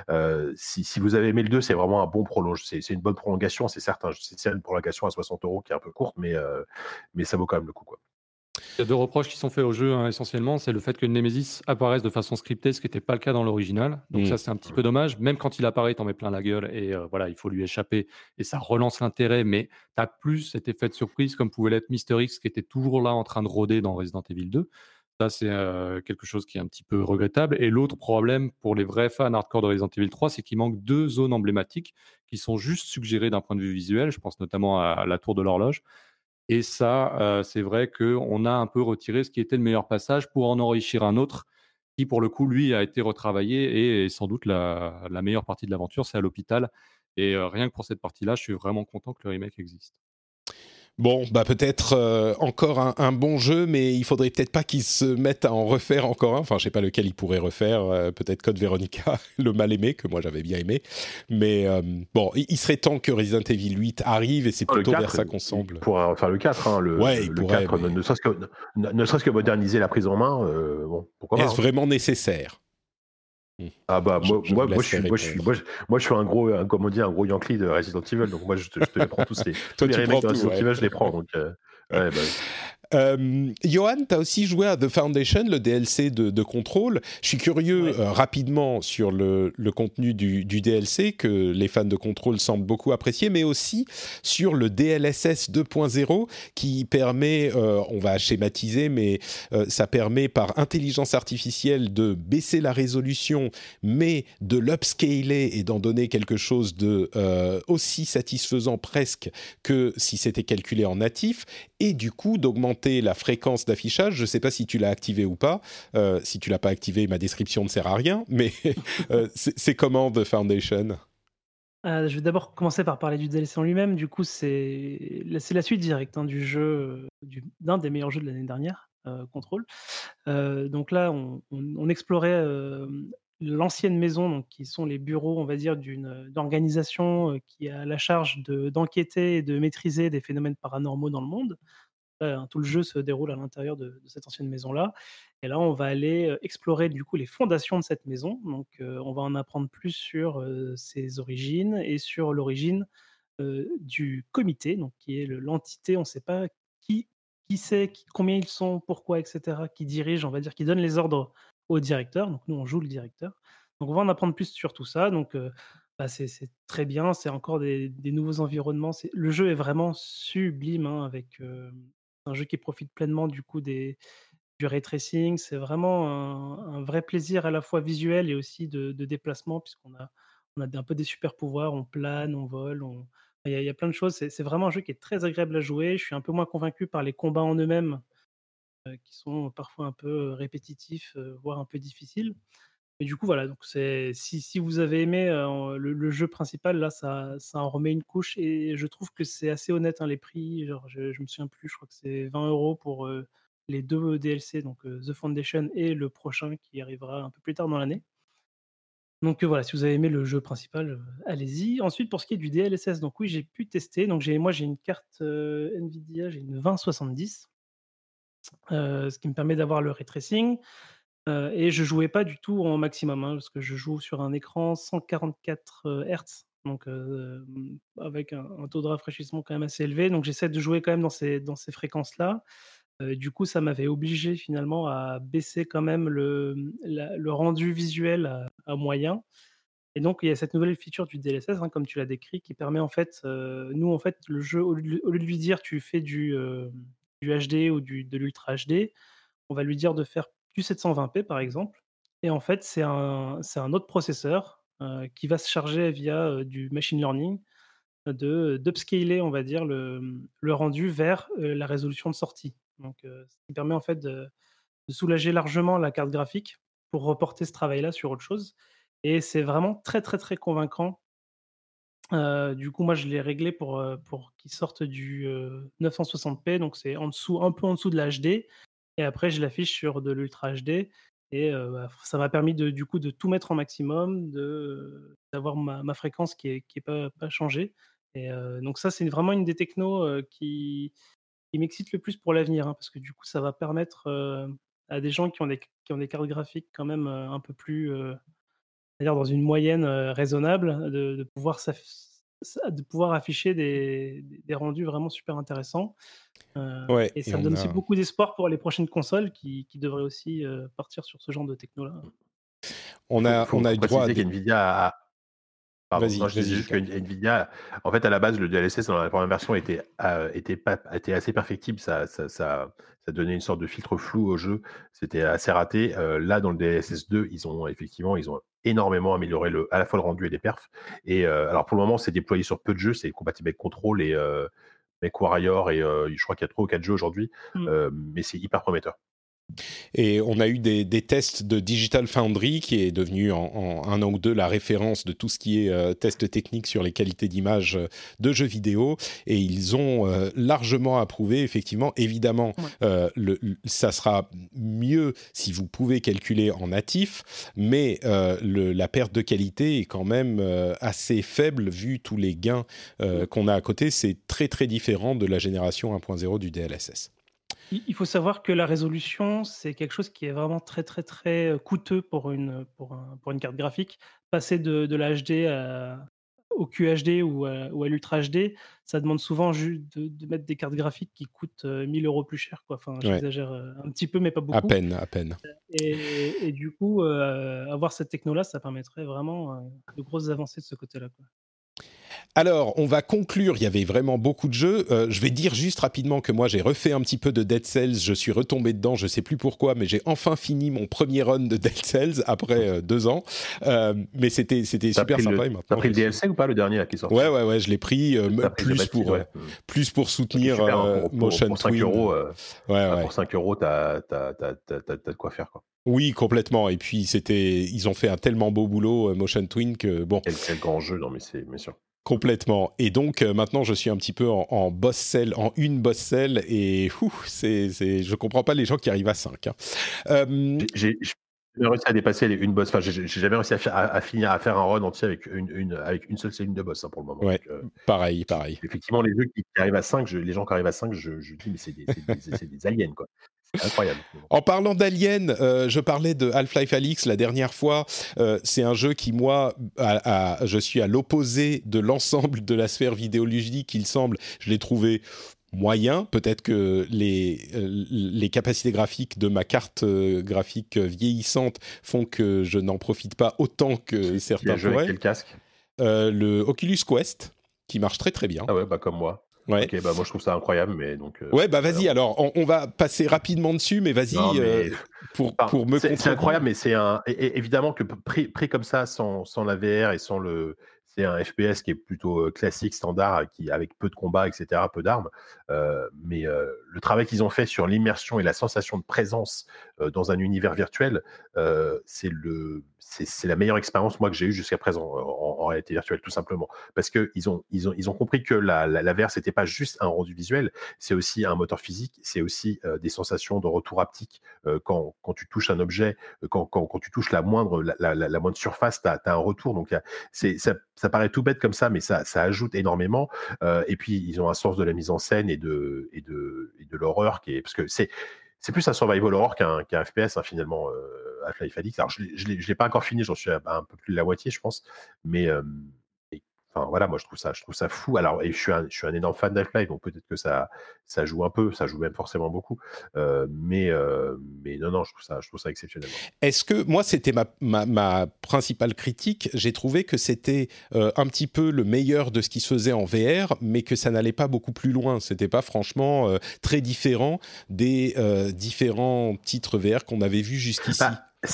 Si vous avez aimé le 2, c'est vraiment un bon c'est une bonne prolongation, c'est certain. C'est une prolongation à 60€ qui est un peu courte, mais ça vaut quand même le coup, quoi. Il y a 2 reproches qui sont faits au jeu, essentiellement. C'est le fait que le Némésis apparaisse de façon scriptée, ce qui n'était pas le cas dans l'original. Donc ça, c'est un petit peu dommage. Même quand il apparaît, il t'en met plein la gueule et il faut lui échapper. Et ça relance l'intérêt, mais tu n'as plus cet effet de surprise comme pouvait l'être Mister X, qui était toujours là en train de rôder dans Resident Evil 2. Ça, c'est quelque chose qui est un petit peu regrettable. Et l'autre problème pour les vrais fans hardcore de Resident Evil 3, c'est qu'il manque 2 zones emblématiques qui sont juste suggérées d'un point de vue visuel. Je pense notamment à la tour de l'horloge. Et ça, c'est vrai qu'on a un peu retiré ce qui était le meilleur passage pour en enrichir un autre qui, pour le coup, lui, a été retravaillé et est sans doute la meilleure partie de l'aventure, c'est à l'hôpital. Et rien que pour cette partie-là, je suis vraiment content que le remake existe. Bon, peut-être encore un bon jeu, mais il faudrait peut-être pas qu'ils se mettent à en refaire encore un. Enfin, je sais pas lequel ils pourraient refaire. Peut-être Code Veronica, le mal aimé, que moi j'avais bien aimé. Mais bon, il serait temps que Resident Evil 8 arrive et c'est plutôt vers ça qu'on semble. Il pourrait faire le 4. Le 4, mais... ne serait-ce que moderniser la prise en main. Bon, pourquoi pas. Est-ce vraiment nécessaire ? Moi je suis un gros, comme on dit, un gros Yankee de Resident Evil, donc moi je te les prends tous les remakes de Resident Evil, je les prends. Donc, Johan, tu as aussi joué à The Foundation, le DLC de Control. Je suis curieux rapidement sur le contenu du DLC que les fans de Control semblent beaucoup apprécier, mais aussi sur le DLSS 2.0 qui permet, on va schématiser, mais ça permet par intelligence artificielle de baisser la résolution, mais de l'upscaler et d'en donner quelque chose de aussi satisfaisant presque que si c'était calculé en natif, et du coup d'augmenter la fréquence d'affichage. Je ne sais pas si tu l'as activé ou pas. Si tu l'as pas activé, ma description ne sert à rien. Mais c'est comment The Foundation ? Je vais d'abord commencer par parler du DLC en lui-même. Du coup, c'est la suite directe du jeu, d'un des meilleurs jeux de l'année dernière, Control. Donc là, on explorait l'ancienne maison, donc, qui sont les bureaux, on va dire, d'une d'organisation qui a la charge d'enquêter et de maîtriser des phénomènes paranormaux dans le monde. Tout le jeu se déroule à l'intérieur de cette ancienne maison-là. Et là, on va aller explorer du coup les fondations de cette maison. Donc, on va en apprendre plus sur ses origines et sur l'origine du comité, donc qui est l'entité. On ne sait pas qui c'est, combien ils sont, pourquoi, etc. Qui dirige, on va dire, qui donne les ordres au directeur. Donc, nous, on joue le directeur. Donc, on va en apprendre plus sur tout ça. Donc, c'est très bien. C'est encore des nouveaux environnements. Le jeu est vraiment sublime avec un jeu qui profite pleinement du coup du ray tracing. C'est vraiment un vrai plaisir à la fois visuel et aussi de déplacement, puisqu'on a un peu des super pouvoirs, on plane, on vole, il y a plein de choses. C'est vraiment un jeu qui est très agréable à jouer. Je suis un peu moins convaincu par les combats en eux-mêmes, qui sont parfois un peu répétitifs, voire un peu difficiles. Et du coup, voilà, donc si vous avez aimé le jeu principal, là, ça en remet une couche. Et je trouve que c'est assez honnête, les prix. Genre, je me souviens plus, je crois que c'est 20 € pour les deux DLC, donc The Foundation et le prochain qui arrivera un peu plus tard dans l'année. Donc voilà, si vous avez aimé le jeu principal, allez-y. Ensuite, pour ce qui est du DLSS, donc oui, j'ai pu tester. Donc moi, j'ai une carte Nvidia, j'ai une 2070, ce qui me permet d'avoir le ray tracing. Et je jouais pas du tout en maximum, parce que je joue sur un écran 144 Hz, donc avec un taux de rafraîchissement quand même assez élevé. Donc j'essaie de jouer quand même dans ces fréquences-là. Du coup, ça m'avait obligé finalement à baisser quand même le rendu visuel à moyen. Et donc il y a cette nouvelle feature du DLSS, comme tu l'as décrit, qui permet en fait, nous en fait, le jeu au lieu de lui dire: «Tu fais du HD ou de l'ultra HD», on va lui dire de faire du 720p par exemple. Et en fait, c'est un autre processeur qui va se charger via du machine learning d'upscaler, on va dire, le rendu vers la résolution de sortie. Donc, ce qui permet en fait de soulager largement la carte graphique pour reporter ce travail-là sur autre chose. Et c'est vraiment très, très, très convaincant. Du coup, moi, je l'ai réglé pour qu'il sorte du 960p, donc c'est un peu en dessous de la HD. Et après, je l'affiche sur de l'Ultra HD. Et ça m'a permis du coup, de tout mettre en maximum, d'avoir ma fréquence qui est pas changée. Et donc ça, c'est vraiment une des technos qui m'excite le plus pour l'avenir, parce que du coup, ça va permettre à des gens qui ont des cartes graphiques quand même un peu plus, c'est-à-dire dans une moyenne raisonnable, de pouvoir afficher des rendus vraiment super intéressants. Ouais, Et et ça me on donne aussi a, beaucoup d'espoir pour les prochaines consoles qui devraient aussi partir sur ce genre de techno-là. on Faut, a, faut, on a faut eu droit à préciser des... qu'NVIDIA a. Pardon, Vas-y, non, je disais vas-y, juste que Lucas. Nvidia, en fait, à la base, le DLSS dans la première version était assez perfectible. Ça donnait une sorte de filtre flou au jeu. C'était assez raté. Là, dans le DLSS 2, ils ont énormément amélioré à la fois le rendu et les perfs. Et alors, pour le moment, c'est déployé sur peu de jeux. C'est compatible avec Control et MechWarrior. Et je crois qu'il y a 3 ou 4 jeux aujourd'hui. Mmh. Mais c'est hyper prometteur. Et on a eu des tests de Digital Foundry, qui est devenu en un an ou deux la référence de tout ce qui est test technique sur les qualités d'image de jeux vidéo. Et ils ont largement approuvé, effectivement. Évidemment, Ouais. ça sera mieux si vous pouvez calculer en natif, mais la perte de qualité est quand même assez faible vu tous les gains qu'on a à côté. C'est très très différent de la génération 1.0 du DLSS. Il faut savoir que la résolution, c'est quelque chose qui est vraiment très, très, très coûteux pour une carte graphique. Passer de la HD au QHD ou à l'Ultra HD, ça demande souvent de mettre des cartes graphiques qui coûtent 1 000 € plus cher, quoi. Enfin, Ouais. j'exagère un petit peu, mais pas À beaucoup. peine, à peine. Et du coup, avoir cette techno-là, ça permettrait vraiment de grosses avancées de ce côté-là, quoi. Alors, on va conclure. Il y avait vraiment beaucoup de jeux. Je vais dire juste rapidement que moi, j'ai refait un petit peu de Dead Cells. Je suis retombé dedans, je sais plus pourquoi, mais j'ai enfin fini mon premier run de Dead Cells après 2 ans. Mais c'était super sympa. T'as pris le DLC ou pas, le dernier là, qui est sorti? Ouais, je l'ai pris plus pour soutenir Motion pour 5 Twin. Pour 5 €, t'as de quoi faire, quoi. Oui, complètement. Et puis ils ont fait un tellement beau boulot, Motion Twin, que bon. Quel grand jeu, non mais c'est bien sûr. Complètement. Et donc maintenant, je suis un petit peu en boss cell, en une boss cell, et je comprends pas les gens qui arrivent à 5. J'ai jamais réussi à dépasser une boss. Enfin, j'ai jamais réussi à finir à faire un run entier avec une seule cellule de boss, hein, pour le moment. Ouais, donc, pareil. Effectivement, les jeux qui arrivent à 5, les gens qui arrivent à 5, je dis mais c'est des aliens, quoi. C'est incroyable. En parlant d'Alien, je parlais de Half-Life Alyx la dernière fois. C'est un jeu qui, moi, je suis à l'opposé de l'ensemble de la sphère vidéoludique, il semble. Je l'ai trouvé moyen. Peut-être que les capacités graphiques de ma carte graphique vieillissante font que je n'en profite pas autant que certains pourraient. Avec quel casque? Le Oculus Quest, qui marche très très bien. Ah ouais, comme moi. Ouais. Ok, moi je trouve ça incroyable, mais donc. Ouais, vas-y. Alors, on va passer rapidement dessus, mais vas-y pour me. C'est incroyable, mais évidemment que pris comme ça, sans la VR et sans c'est un FPS qui est plutôt classique, standard, qui avec peu de combats, etc., peu d'armes. Mais le travail qu'ils ont fait sur l'immersion et la sensation de présence dans un univers virtuel, c'est la meilleure expérience moi que j'ai eue jusqu'à présent en réalité virtuelle, tout simplement, parce que ils ont compris que la VR c'était pas juste un rendu visuel, c'est aussi un moteur physique, c'est aussi des sensations de retour haptique quand tu touches un objet, quand tu touches la moindre surface, t'as un retour. Donc ça paraît tout bête comme ça, mais ça ajoute énormément. Et puis ils ont un sens de la mise en scène et de l'horreur parce que c'est plus un survival horror qu'un FPS, hein, finalement, Half-Life Alyx. Alors, je l'ai pas encore fini, j'en suis à un peu plus de la moitié, je pense. Mais enfin, voilà, moi, je trouve ça fou. Alors, et je suis un énorme fan d'Half-Life, donc peut-être que ça joue un peu, ça joue même forcément beaucoup. Mais non, je trouve ça exceptionnel. Est-ce que, moi, c'était ma principale critique, j'ai trouvé que c'était un petit peu le meilleur de ce qui se faisait en VR, mais que ça n'allait pas beaucoup plus loin. C'était pas franchement très différent des différents titres VR qu'on avait vus jusqu'ici.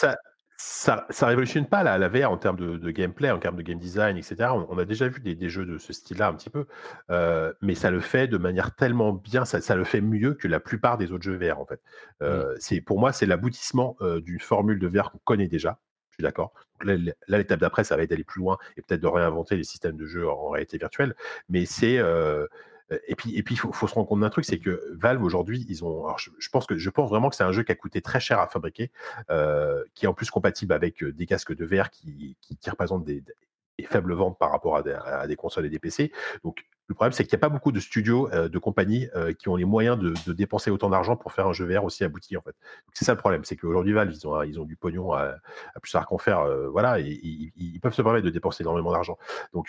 Ça révolutionne pas la VR en termes de gameplay, en termes de game design, etc. On a déjà vu des jeux de ce style-là un petit peu, mais ça le fait de manière tellement bien, ça le fait mieux que la plupart des autres jeux VR, en fait. Pour moi, c'est l'aboutissement d'une formule de VR qu'on connaît déjà. Je suis d'accord. Là, l'étape d'après, ça va être d'aller plus loin et peut-être de réinventer les systèmes de jeu en réalité virtuelle. Mais c'est et puis il faut se rendre compte d'un truc, c'est que Valve aujourd'hui, ils ont. Alors je pense vraiment que c'est un jeu qui a coûté très cher à fabriquer, qui est en plus compatible avec des casques de VR qui représentent des faibles ventes par rapport à des consoles et des PC. Donc le problème, c'est qu'il n'y a pas beaucoup de studios, de compagnies qui ont les moyens de dépenser autant d'argent pour faire un jeu VR aussi abouti, en fait. Donc c'est ça le problème, c'est qu'aujourd'hui Valve, ils ont du pognon à plus tard qu'en faire, voilà, et ils peuvent se permettre de dépenser énormément d'argent. Donc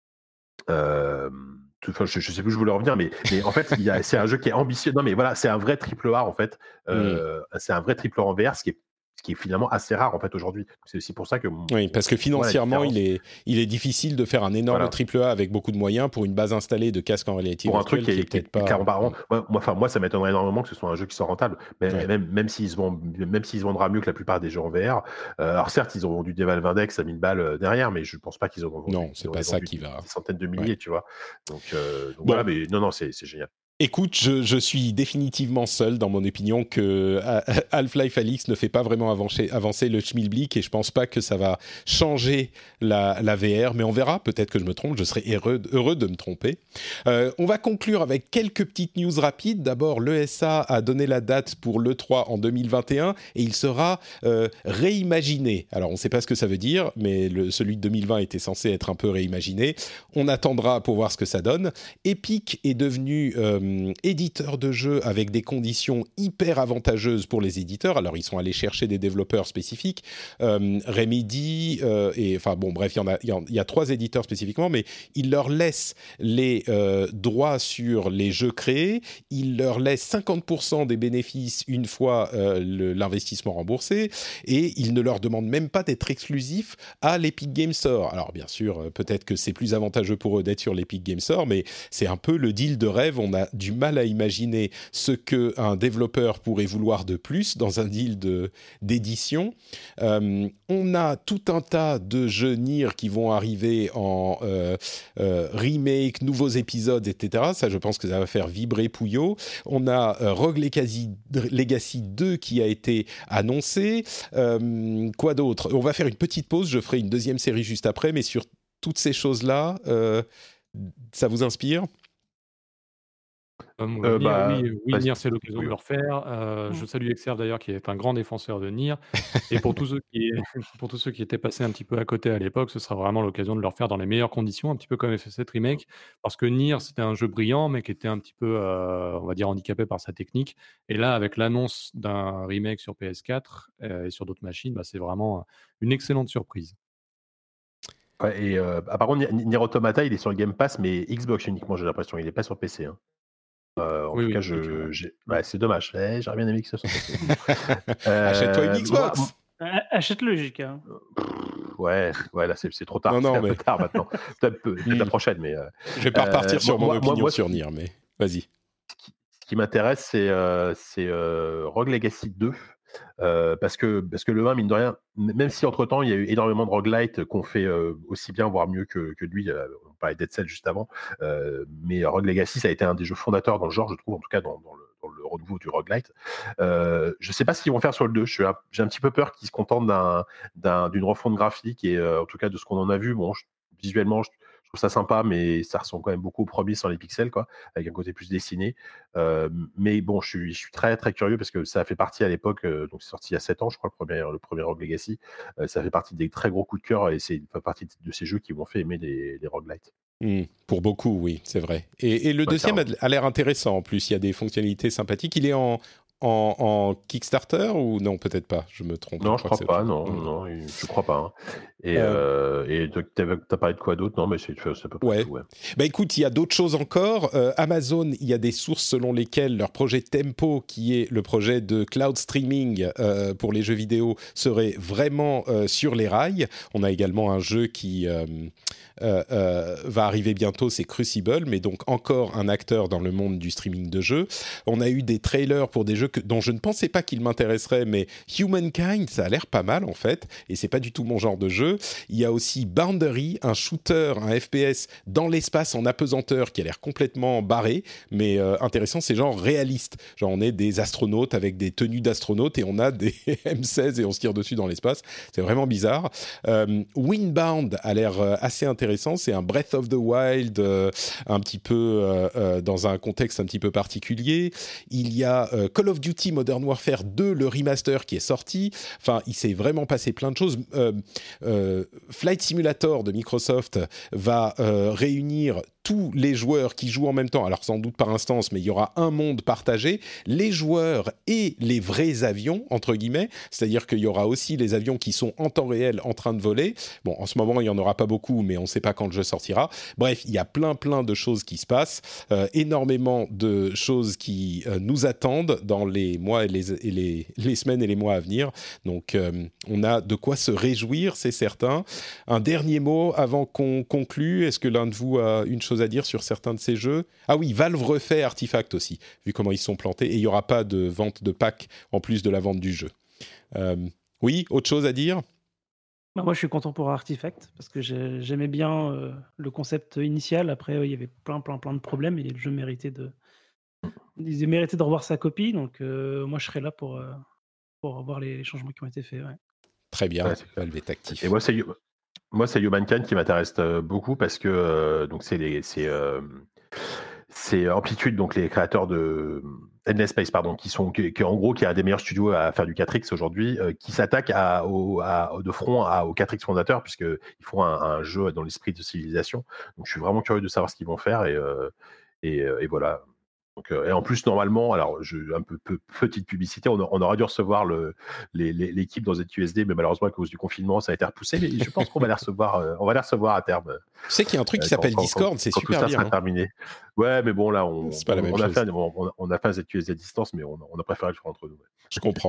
je sais plus où je voulais revenir, mais en fait, c'est un jeu qui est ambitieux. Non, mais voilà, c'est un vrai triple A, en fait. C'est un vrai triple A en VR, ce qui est finalement assez rare, en fait, aujourd'hui. C'est aussi pour ça que... Oui, parce que financièrement, il est difficile de faire un énorme triple A avec beaucoup de moyens pour une base installée de casque en réalité pour virtuelle. Un truc qui est pas... clairement pas... Moi, ça m'étonnerait énormément que ce soit un jeu qui soit rentable, même s'il se vendra mieux que la plupart des jeux en VR. Alors certes, ils ont vendu des Valve Index à 1000 balles derrière, mais je pense pas qu'ils auront vendu... Non, c'est pas ça qui va... Des centaines de milliers, tu vois. Donc voilà, mais non, c'est génial. Écoute, je suis définitivement seul dans mon opinion que Half-Life Alyx ne fait pas vraiment avancer le schmilblick et je pense pas que ça va changer la VR, mais on verra, peut-être que je me trompe, je serai heureux de me tromper. On va conclure avec quelques petites news rapides. D'abord, l'ESA a donné la date pour l'E3 en 2021 et il sera réimaginé. Alors, on ne sait pas ce que ça veut dire, mais celui de 2020 était censé être un peu réimaginé. On attendra pour voir ce que ça donne. Epic est devenu... éditeur de jeux avec des conditions hyper avantageuses pour les éditeurs. Alors, ils sont allés chercher des développeurs spécifiques, Remedy, et enfin bon, bref, il y a 3 éditeurs spécifiquement, mais ils leur laissent les droits sur les jeux créés, ils leur laissent 50% des bénéfices une fois l'investissement remboursé, et ils ne leur demandent même pas d'être exclusifs à l'Epic Game Store. Alors, bien sûr, peut-être que c'est plus avantageux pour eux d'être sur l'Epic Game Store, mais c'est un peu le deal de rêve. On a du mal à imaginer ce qu'un développeur pourrait vouloir de plus dans un deal d'édition. On a tout un tas de jeux Nier qui vont arriver en remake, nouveaux épisodes, etc. Ça, je pense que ça va faire vibrer Pouillot. On a Rogue Legacy 2 qui a été annoncé. Quoi d'autre ? On va faire une petite pause. Je ferai une deuxième série juste après, mais sur toutes ces choses-là, ça vous inspire ? Oui, Nier, c'est l'occasion de le refaire. Je salue Exerve d'ailleurs, qui est un grand défenseur de Nier. Et pour tous ceux qui étaient passés un petit peu à côté à l'époque, ce sera vraiment l'occasion de le refaire dans les meilleures conditions, un petit peu comme FF7 Remake, parce que Nier, c'était un jeu brillant, mais qui était un petit peu, on va dire, handicapé par sa technique. Et là, avec l'annonce d'un remake sur PS4 et sur d'autres machines, c'est vraiment une excellente surprise. Ouais, et par contre, Nier Automata, il est sur le Game Pass, mais Xbox uniquement, j'ai l'impression. Il n'est pas sur PC. Hein. En tout cas, c'est dommage. J'aurais bien aimé que ce soit sur PC. Achète-toi une Xbox. Achète-le, JK. Ouais, là, c'est trop tard. Non, c'est un mais... peu tard maintenant. Peut-être la prochaine, mais... Je vais pas repartir sur mon opinion sur Nier, mais vas-y. Ce qui m'intéresse, c'est Rogue Legacy 2. Parce que le 1, mine de rien, même si entre-temps, il y a eu énormément de roguelites qu'on fait aussi bien, voire mieux que lui. On parlait de Dead Cells juste avant. Mais Rogue Legacy, ça a été un des jeux fondateurs dans le genre, je trouve, en tout cas dans le renouveau du roguelite. Je sais pas ce qu'ils vont faire sur le 2. J'ai un petit peu peur qu'ils se contentent d'une refonte graphique. Et en tout cas, de ce qu'on en a vu, bon, visuellement, je trouve ça sympa, mais ça ressemble quand même beaucoup au premier sans les pixels, quoi, avec un côté plus dessiné. Mais bon, je suis très très curieux parce que ça a fait partie à l'époque, donc c'est sorti il y a 7 ans, je crois, le premier Rogue Legacy. Ça fait partie des très gros coups de cœur et c'est fait partie de ces jeux qui m'ont fait aimer les roguelites. Pour beaucoup, oui, c'est vrai. Et le deuxième a l'air intéressant en plus. Il y a des fonctionnalités sympathiques. Il est en Kickstarter ou non, peut-être pas, je me trompe. Non, je crois pas, non, je crois pas. Hein. Et t'as parlé de quoi d'autre ? Non, mais c'est à peu près tout. Ouais. Bah écoute, il y a d'autres choses encore. Amazon, il y a des sources selon lesquelles leur projet Tempo, qui est le projet de cloud streaming pour les jeux vidéo, serait vraiment sur les rails. On a également un jeu qui va arriver bientôt, c'est Crucible, mais donc encore un acteur dans le monde du streaming de jeux. On a eu des trailers pour des jeux dont je ne pensais pas qu'ils m'intéresseraient, mais Humankind, ça a l'air pas mal en fait, et c'est pas du tout mon genre de jeu. Il y a aussi Boundary, un shooter, un FPS dans l'espace en apesanteur qui a l'air complètement barré, mais intéressant, c'est genre réaliste. Genre on est des astronautes avec des tenues d'astronautes et on a des M16 et on se tire dessus dans l'espace. C'est vraiment bizarre. Windbound a l'air assez intéressant, c'est un Breath of the Wild un petit peu dans un contexte un petit peu particulier. Il y a Call of Duty Modern Warfare 2, le remaster qui est sorti. Enfin, il s'est vraiment passé plein de choses. Flight Simulator de Microsoft va réunir tous les joueurs qui jouent en même temps, alors sans doute par instance, mais il y aura un monde partagé, les joueurs et les vrais avions, entre guillemets, c'est-à-dire qu'il y aura aussi les avions qui sont en temps réel en train de voler. Bon, en ce moment, il n'y en aura pas beaucoup, mais on ne sait pas quand le jeu sortira. Bref, il y a plein de choses qui se passent, énormément de choses qui nous attendent dans les mois et les semaines et les mois à venir. Donc, on a de quoi se réjouir, c'est certain. Un dernier mot avant qu'on conclue. Est-ce que l'un de vous a une chose à dire sur certains de ces jeux ? Ah oui, Valve refait Artifact aussi, vu comment ils sont plantés. Et il n'y aura pas de vente de packs en plus de la vente du jeu. Oui, autre chose à dire ? Moi, je suis content pour Artifact, parce que j'aimais bien le concept initial. Après, il y avait plein de problèmes, et le jeu méritait de revoir sa copie. Donc, moi, je serais là pour revoir les changements qui ont été faits. Ouais. Très bien, Valve est actif. Et moi, c'est Humankind qui m'intéresse beaucoup parce que donc c'est Amplitude, donc les créateurs de Endless Space, pardon, qui en gros qui est un des meilleurs studios à faire du 4X aujourd'hui, qui s'attaque de front au 4X fondateur, puisqu'ils font un jeu dans l'esprit de civilisation. Donc je suis vraiment curieux de savoir ce qu'ils vont faire et voilà. Donc, et en plus, normalement, alors petite publicité, on aurait dû recevoir l'équipe dans ZQSD, mais malheureusement, à cause du confinement, ça a été repoussé. Mais je pense qu'on va les recevoir à terme. Je sais qu'il y a un truc qui s'appelle Discord, c'est super tout ça bien. sera terminé. Ouais, mais bon, là, on a fait un ZQSD à distance, mais on a préféré le faire entre nous. Ouais. Je comprends.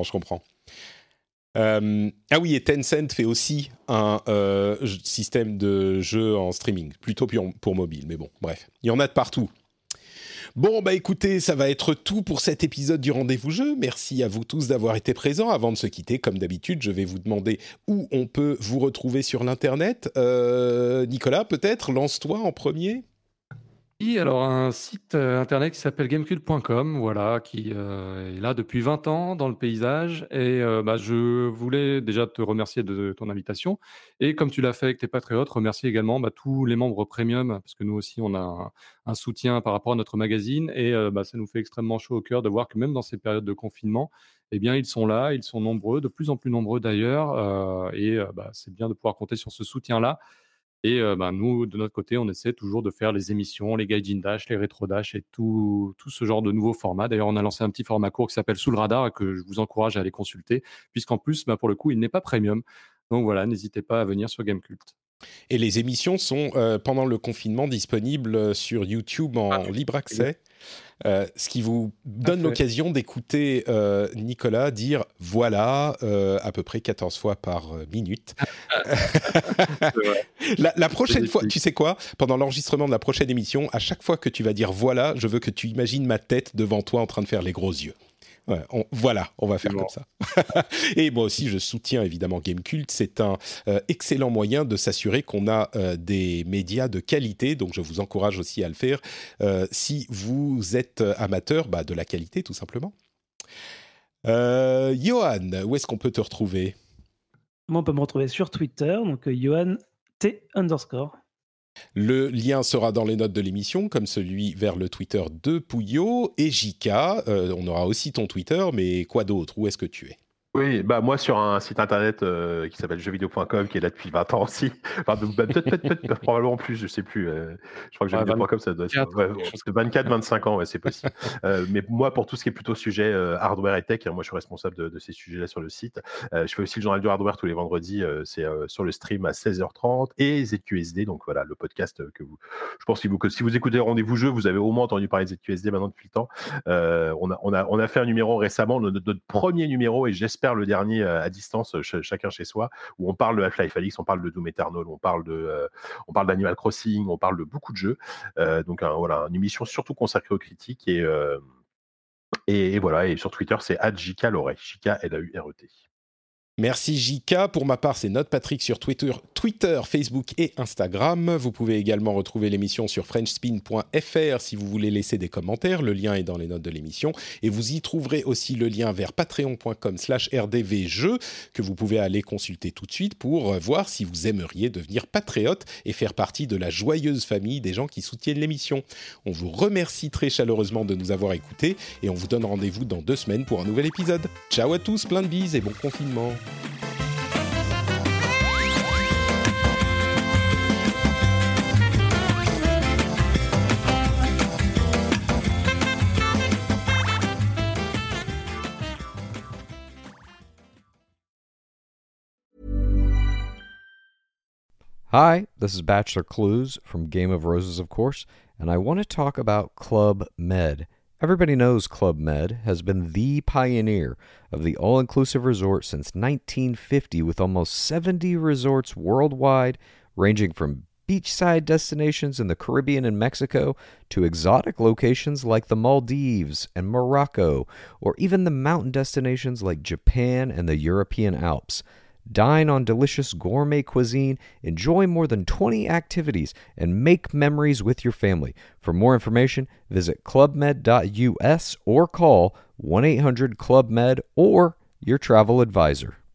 Ah oui, et Tencent fait aussi un système de jeu en streaming, plutôt pour mobile, mais bon, bref, il y en a de partout. Bon, bah écoutez, ça va être tout pour cet épisode du Rendez-vous Jeu. Merci à vous tous d'avoir été présents. Avant de se quitter, comme d'habitude, je vais vous demander où on peut vous retrouver sur l'Internet. Nicolas, peut-être, lance-toi en premier. Oui, alors un site internet qui s'appelle gamecult.com, voilà, qui est là depuis 20 ans dans le paysage. Et je voulais déjà te remercier de ton invitation. Et comme tu l'as fait avec tes patriotes, remercier également tous les membres premium, parce que nous aussi, on a un soutien par rapport à notre magazine. Et ça nous fait extrêmement chaud au cœur de voir que même dans ces périodes de confinement, eh bien, ils sont là, ils sont nombreux, de plus en plus nombreux d'ailleurs. C'est bien de pouvoir compter sur ce soutien-là. Et nous, de notre côté, on essaie toujours de faire les émissions, les Gaijin Dash, les Rétro Dash et tout ce genre de nouveaux formats. D'ailleurs, on a lancé un petit format court qui s'appelle Sous le radar, que je vous encourage à aller consulter, puisqu'en plus, pour le coup, il n'est pas premium. Donc voilà, n'hésitez pas à venir sur Gamecult. Et les émissions sont, pendant le confinement, disponibles sur YouTube en libre accès. Ce qui vous donne l'occasion d'écouter Nicolas dire « voilà » à peu près 14 fois par minute. La prochaine fois, tu sais quoi ? Pendant l'enregistrement de la prochaine émission, à chaque fois que tu vas dire « voilà », je veux que tu imagines ma tête devant toi en train de faire les gros yeux. Ouais, on va faire comme ça. Et moi aussi, je soutiens évidemment Gamecult. C'est un excellent moyen de s'assurer qu'on a des médias de qualité. Donc, je vous encourage aussi à le faire si vous êtes amateur de la qualité, tout simplement. Johan, où est-ce qu'on peut te retrouver ? Moi, on peut me retrouver sur Twitter, donc Johan T_. Le lien sera dans les notes de l'émission, comme celui vers le Twitter de Pouillot. Et Jika, on aura aussi ton Twitter, mais quoi d'autre ? Où est-ce que tu es ? Oui, moi sur un site internet qui s'appelle jeuxvideo.com, qui est là depuis 20 ans aussi. Enfin, peut-être probablement plus, je sais plus. Je crois que jeuxvideo.com, ça doit être 24-25 ans, ouais, c'est possible. Mais moi, pour tout ce qui est plutôt sujet hardware et tech, moi je suis responsable de ces sujets-là sur le site. Je fais aussi le journal du hardware tous les vendredis, c'est sur le stream à 16h30 et ZQSD, donc voilà, le podcast je pense que si vous écoutez Rendez-vous Jeu, vous avez au moins entendu parler de ZQSD maintenant depuis le temps. On a fait un numéro récemment, notre premier numéro, et j'espère le dernier à distance, chacun chez soi, où on parle de Half-Life Alyx, on parle de Doom Eternal, on parle d'Animal Crossing, on parle de beaucoup de jeux. Donc voilà, une émission surtout consacrée aux critiques et voilà. Et sur Twitter, c'est @JKLauret, JKLAURET. Merci Jika. Pour ma part, c'est NotePatrick sur Twitter, Facebook et Instagram. Vous pouvez également retrouver l'émission sur frenchspin.fr si vous voulez laisser des commentaires. Le lien est dans les notes de l'émission. Et vous y trouverez aussi le lien vers patreon.com/rdvjeux que vous pouvez aller consulter tout de suite pour voir si vous aimeriez devenir patriote et faire partie de la joyeuse famille des gens qui soutiennent l'émission. On vous remercie très chaleureusement de nous avoir écoutés et on vous donne rendez-vous dans 2 semaines pour un nouvel épisode. Ciao à tous, plein de bises et bon confinement. Hi, this is Bachelor Clues from Game of Roses, of course, and I want to talk about Club Med. Everybody knows Club Med has been the pioneer of the all-inclusive resort since 1950, with almost 70 resorts worldwide, ranging from beachside destinations in the Caribbean and Mexico to exotic locations like the Maldives and Morocco, or even the mountain destinations like Japan and the European Alps. Dine on delicious gourmet cuisine, enjoy more than 20 activities, and make memories with your family. For more information, visit clubmed.us or call 1-800-CLUB-MED or your travel advisor.